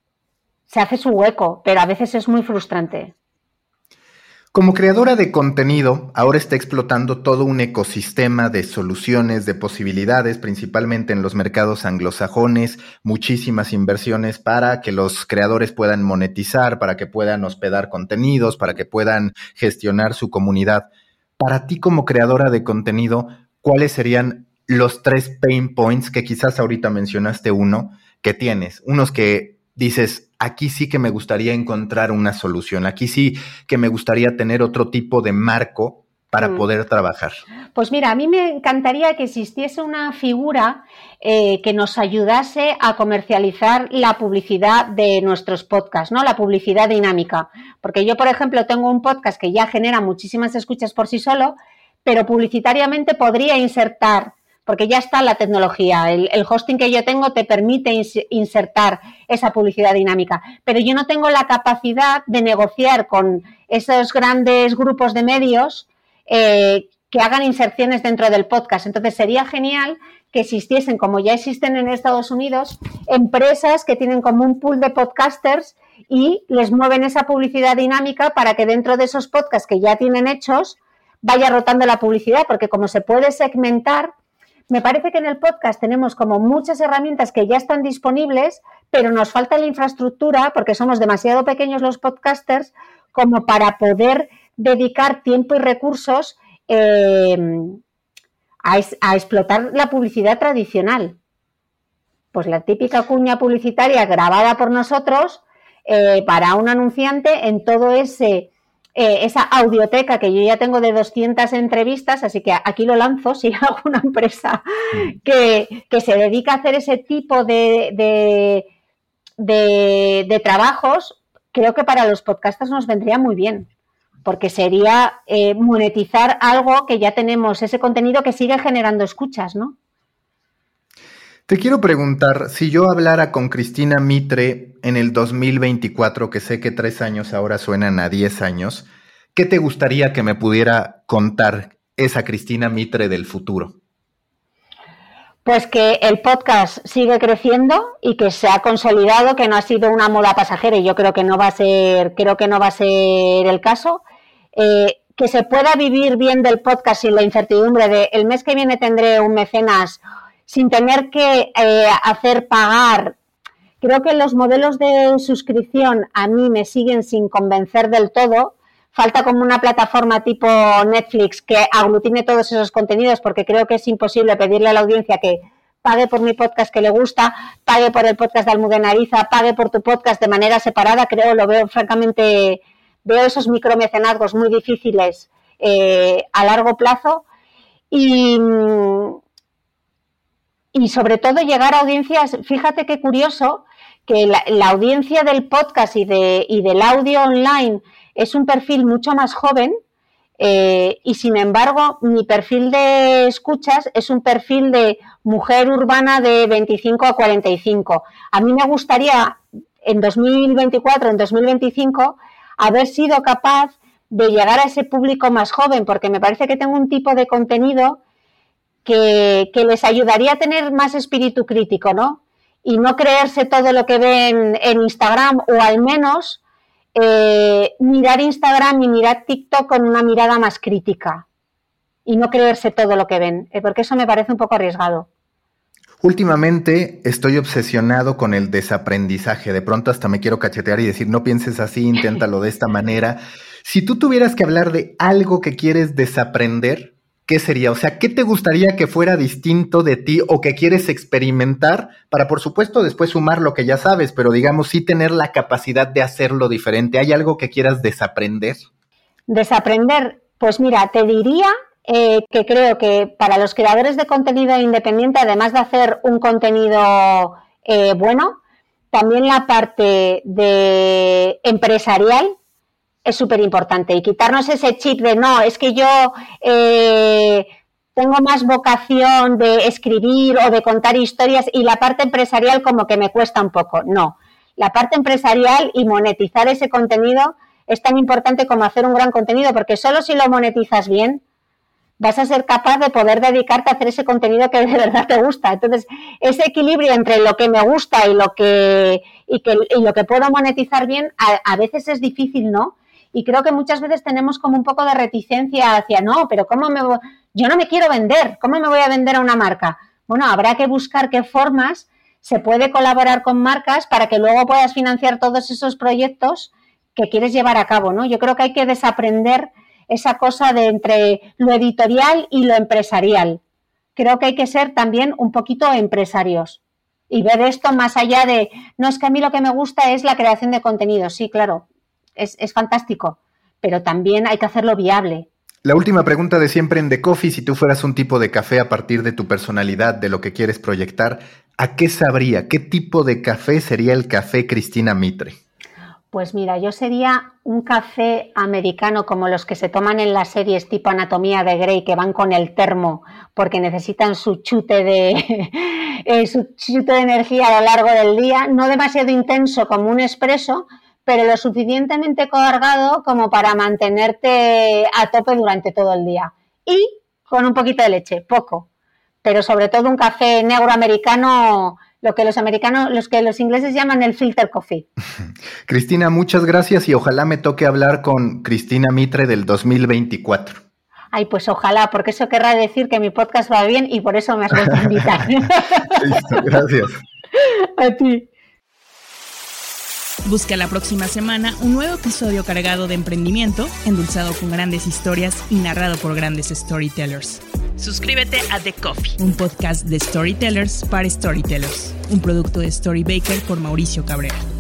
se hace su hueco, pero a veces es muy frustrante. Como creadora de contenido, ahora está explotando todo un ecosistema de soluciones, de posibilidades, principalmente en los mercados anglosajones, muchísimas inversiones para que los creadores puedan monetizar, para que puedan hospedar contenidos, para que puedan gestionar su comunidad. Para ti como creadora de contenido, ¿cuáles serían los tres pain points que quizás ahorita mencionaste uno que tienes? Unos que dices, aquí sí que me gustaría encontrar una solución, aquí sí que me gustaría tener otro tipo de marco para mm. poder trabajar. Pues mira, a mí me encantaría que existiese una figura eh, que nos ayudase a comercializar la publicidad de nuestros podcasts, ¿no? La publicidad dinámica. Porque yo, por ejemplo, tengo un podcast que ya genera muchísimas escuchas por sí solo, pero publicitariamente podría insertar, porque ya está la tecnología, el, el hosting que yo tengo te permite ins- insertar esa publicidad dinámica, pero yo no tengo la capacidad de negociar con esos grandes grupos de medios eh, que hagan inserciones dentro del podcast. Entonces sería genial que existiesen, como ya existen en Estados Unidos, empresas que tienen como un pool de podcasters y les mueven esa publicidad dinámica para que dentro de esos podcasts que ya tienen hechos vaya rotando la publicidad, porque como se puede segmentar, me parece que en el podcast tenemos como muchas herramientas que ya están disponibles, pero nos falta la infraestructura, porque somos demasiado pequeños los podcasters, como para poder dedicar tiempo y recursos eh, a, es, a explotar la publicidad tradicional. Pues la típica cuña publicitaria grabada por nosotros eh, para un anunciante en todo ese... Eh, esa audioteca que yo ya tengo de doscientas entrevistas, así que aquí lo lanzo, si hay alguna empresa que, que se dedica a hacer ese tipo de, de, de, de trabajos, creo que para los podcasters nos vendría muy bien, porque sería eh, monetizar algo que ya tenemos, ese contenido que sigue generando escuchas, ¿no? Te quiero preguntar, si yo hablara con Cristina Mitre en el dos mil veinticuatro, que sé que tres años ahora suenan a diez años, ¿qué te gustaría que me pudiera contar esa Cristina Mitre del futuro? Pues que el podcast sigue creciendo y que se ha consolidado, que no ha sido una moda pasajera, y yo creo que no va a ser, creo que no va a ser el caso. Eh, que se pueda vivir bien del podcast sin la incertidumbre de el mes que viene tendré un mecenas, sin tener que eh, hacer pagar. Creo que los modelos de suscripción a mí me siguen sin convencer del todo. Falta como una plataforma tipo Netflix que aglutine todos esos contenidos, porque creo que es imposible pedirle a la audiencia que pague por mi podcast que le gusta, pague por el podcast de Almudena Ariza, pague por tu podcast de manera separada. Creo, lo veo francamente, veo esos micromecenazgos muy difíciles eh, a largo plazo. Y... Y sobre todo llegar a audiencias, fíjate qué curioso, que la, la audiencia del podcast y, de, y del audio online es un perfil mucho más joven eh, y sin embargo mi perfil de escuchas es un perfil de mujer urbana de veinticinco a cuarenta y cinco. A mí me gustaría en dos mil veinticuatro, en dos mil veinticinco, haber sido capaz de llegar a ese público más joven, porque me parece que tengo un tipo de contenido Que, que les ayudaría a tener más espíritu crítico, ¿no? Y no creerse todo lo que ven en Instagram, o al menos eh, mirar Instagram y mirar TikTok con una mirada más crítica y no creerse todo lo que ven, eh, porque eso me parece un poco arriesgado. Últimamente estoy obsesionado con el desaprendizaje. De pronto hasta me quiero cachetear y decir, no pienses así, inténtalo de esta manera. Si tú tuvieras que hablar de algo que quieres desaprender, ¿qué sería? O sea, ¿qué te gustaría que fuera distinto de ti o que quieres experimentar para, por supuesto, después sumar lo que ya sabes, pero digamos, sí tener la capacidad de hacerlo diferente? ¿Hay algo que quieras desaprender? Desaprender, pues mira, te diría eh, que creo que para los creadores de contenido independiente, además de hacer un contenido eh, bueno, también la parte de empresarial es súper importante, y quitarnos ese chip de no, es que yo eh, tengo más vocación de escribir o de contar historias y la parte empresarial como que me cuesta un poco. No, la parte empresarial y monetizar ese contenido es tan importante como hacer un gran contenido, porque solo si lo monetizas bien vas a ser capaz de poder dedicarte a hacer ese contenido que de verdad te gusta. Entonces, ese equilibrio entre lo que me gusta y lo que, y que, y lo que puedo monetizar bien, a, a veces es difícil, ¿no? Y creo que muchas veces tenemos como un poco de reticencia hacia, no, pero ¿cómo me voy? Yo no me quiero vender, ¿cómo me voy a vender a una marca? Bueno, habrá que buscar qué formas se puede colaborar con marcas para que luego puedas financiar todos esos proyectos que quieres llevar a cabo, ¿no? Yo creo que hay que desaprender esa cosa de entre lo editorial y lo empresarial. Creo que hay que ser también un poquito empresarios y ver esto más allá de, no, es que a mí lo que me gusta es la creación de contenidos. Sí, claro. Es, es fantástico, pero también hay que hacerlo viable. La última pregunta de siempre en The Coffee: si tú fueras un tipo de café a partir de tu personalidad, de lo que quieres proyectar, ¿a qué sabría? ¿Qué tipo de café sería el café Cristina Mitre? Pues mira, yo sería un café americano como los que se toman en las series tipo Anatomía de Grey, que van con el termo porque necesitan su chute de eh, su chute de energía a lo largo del día, no demasiado intenso como un espresso, pero lo suficientemente cargado como para mantenerte a tope durante todo el día. Y con un poquito de leche, poco. Pero sobre todo un café negro americano, lo que los americanos, los que los ingleses llaman el filter coffee. Cristina, muchas gracias y ojalá me toque hablar con Cristina Mitre del dos mil veinticuatro. Ay, pues ojalá, porque eso querrá decir que mi podcast va bien y por eso me has vuelto a invitar. Listo, gracias. A ti. Busca la próxima semana un nuevo episodio cargado de emprendimiento, endulzado con grandes historias y narrado por grandes storytellers. Suscríbete a The Coffee, un podcast de storytellers para storytellers, un producto de Storybaker por Mauricio Cabrera.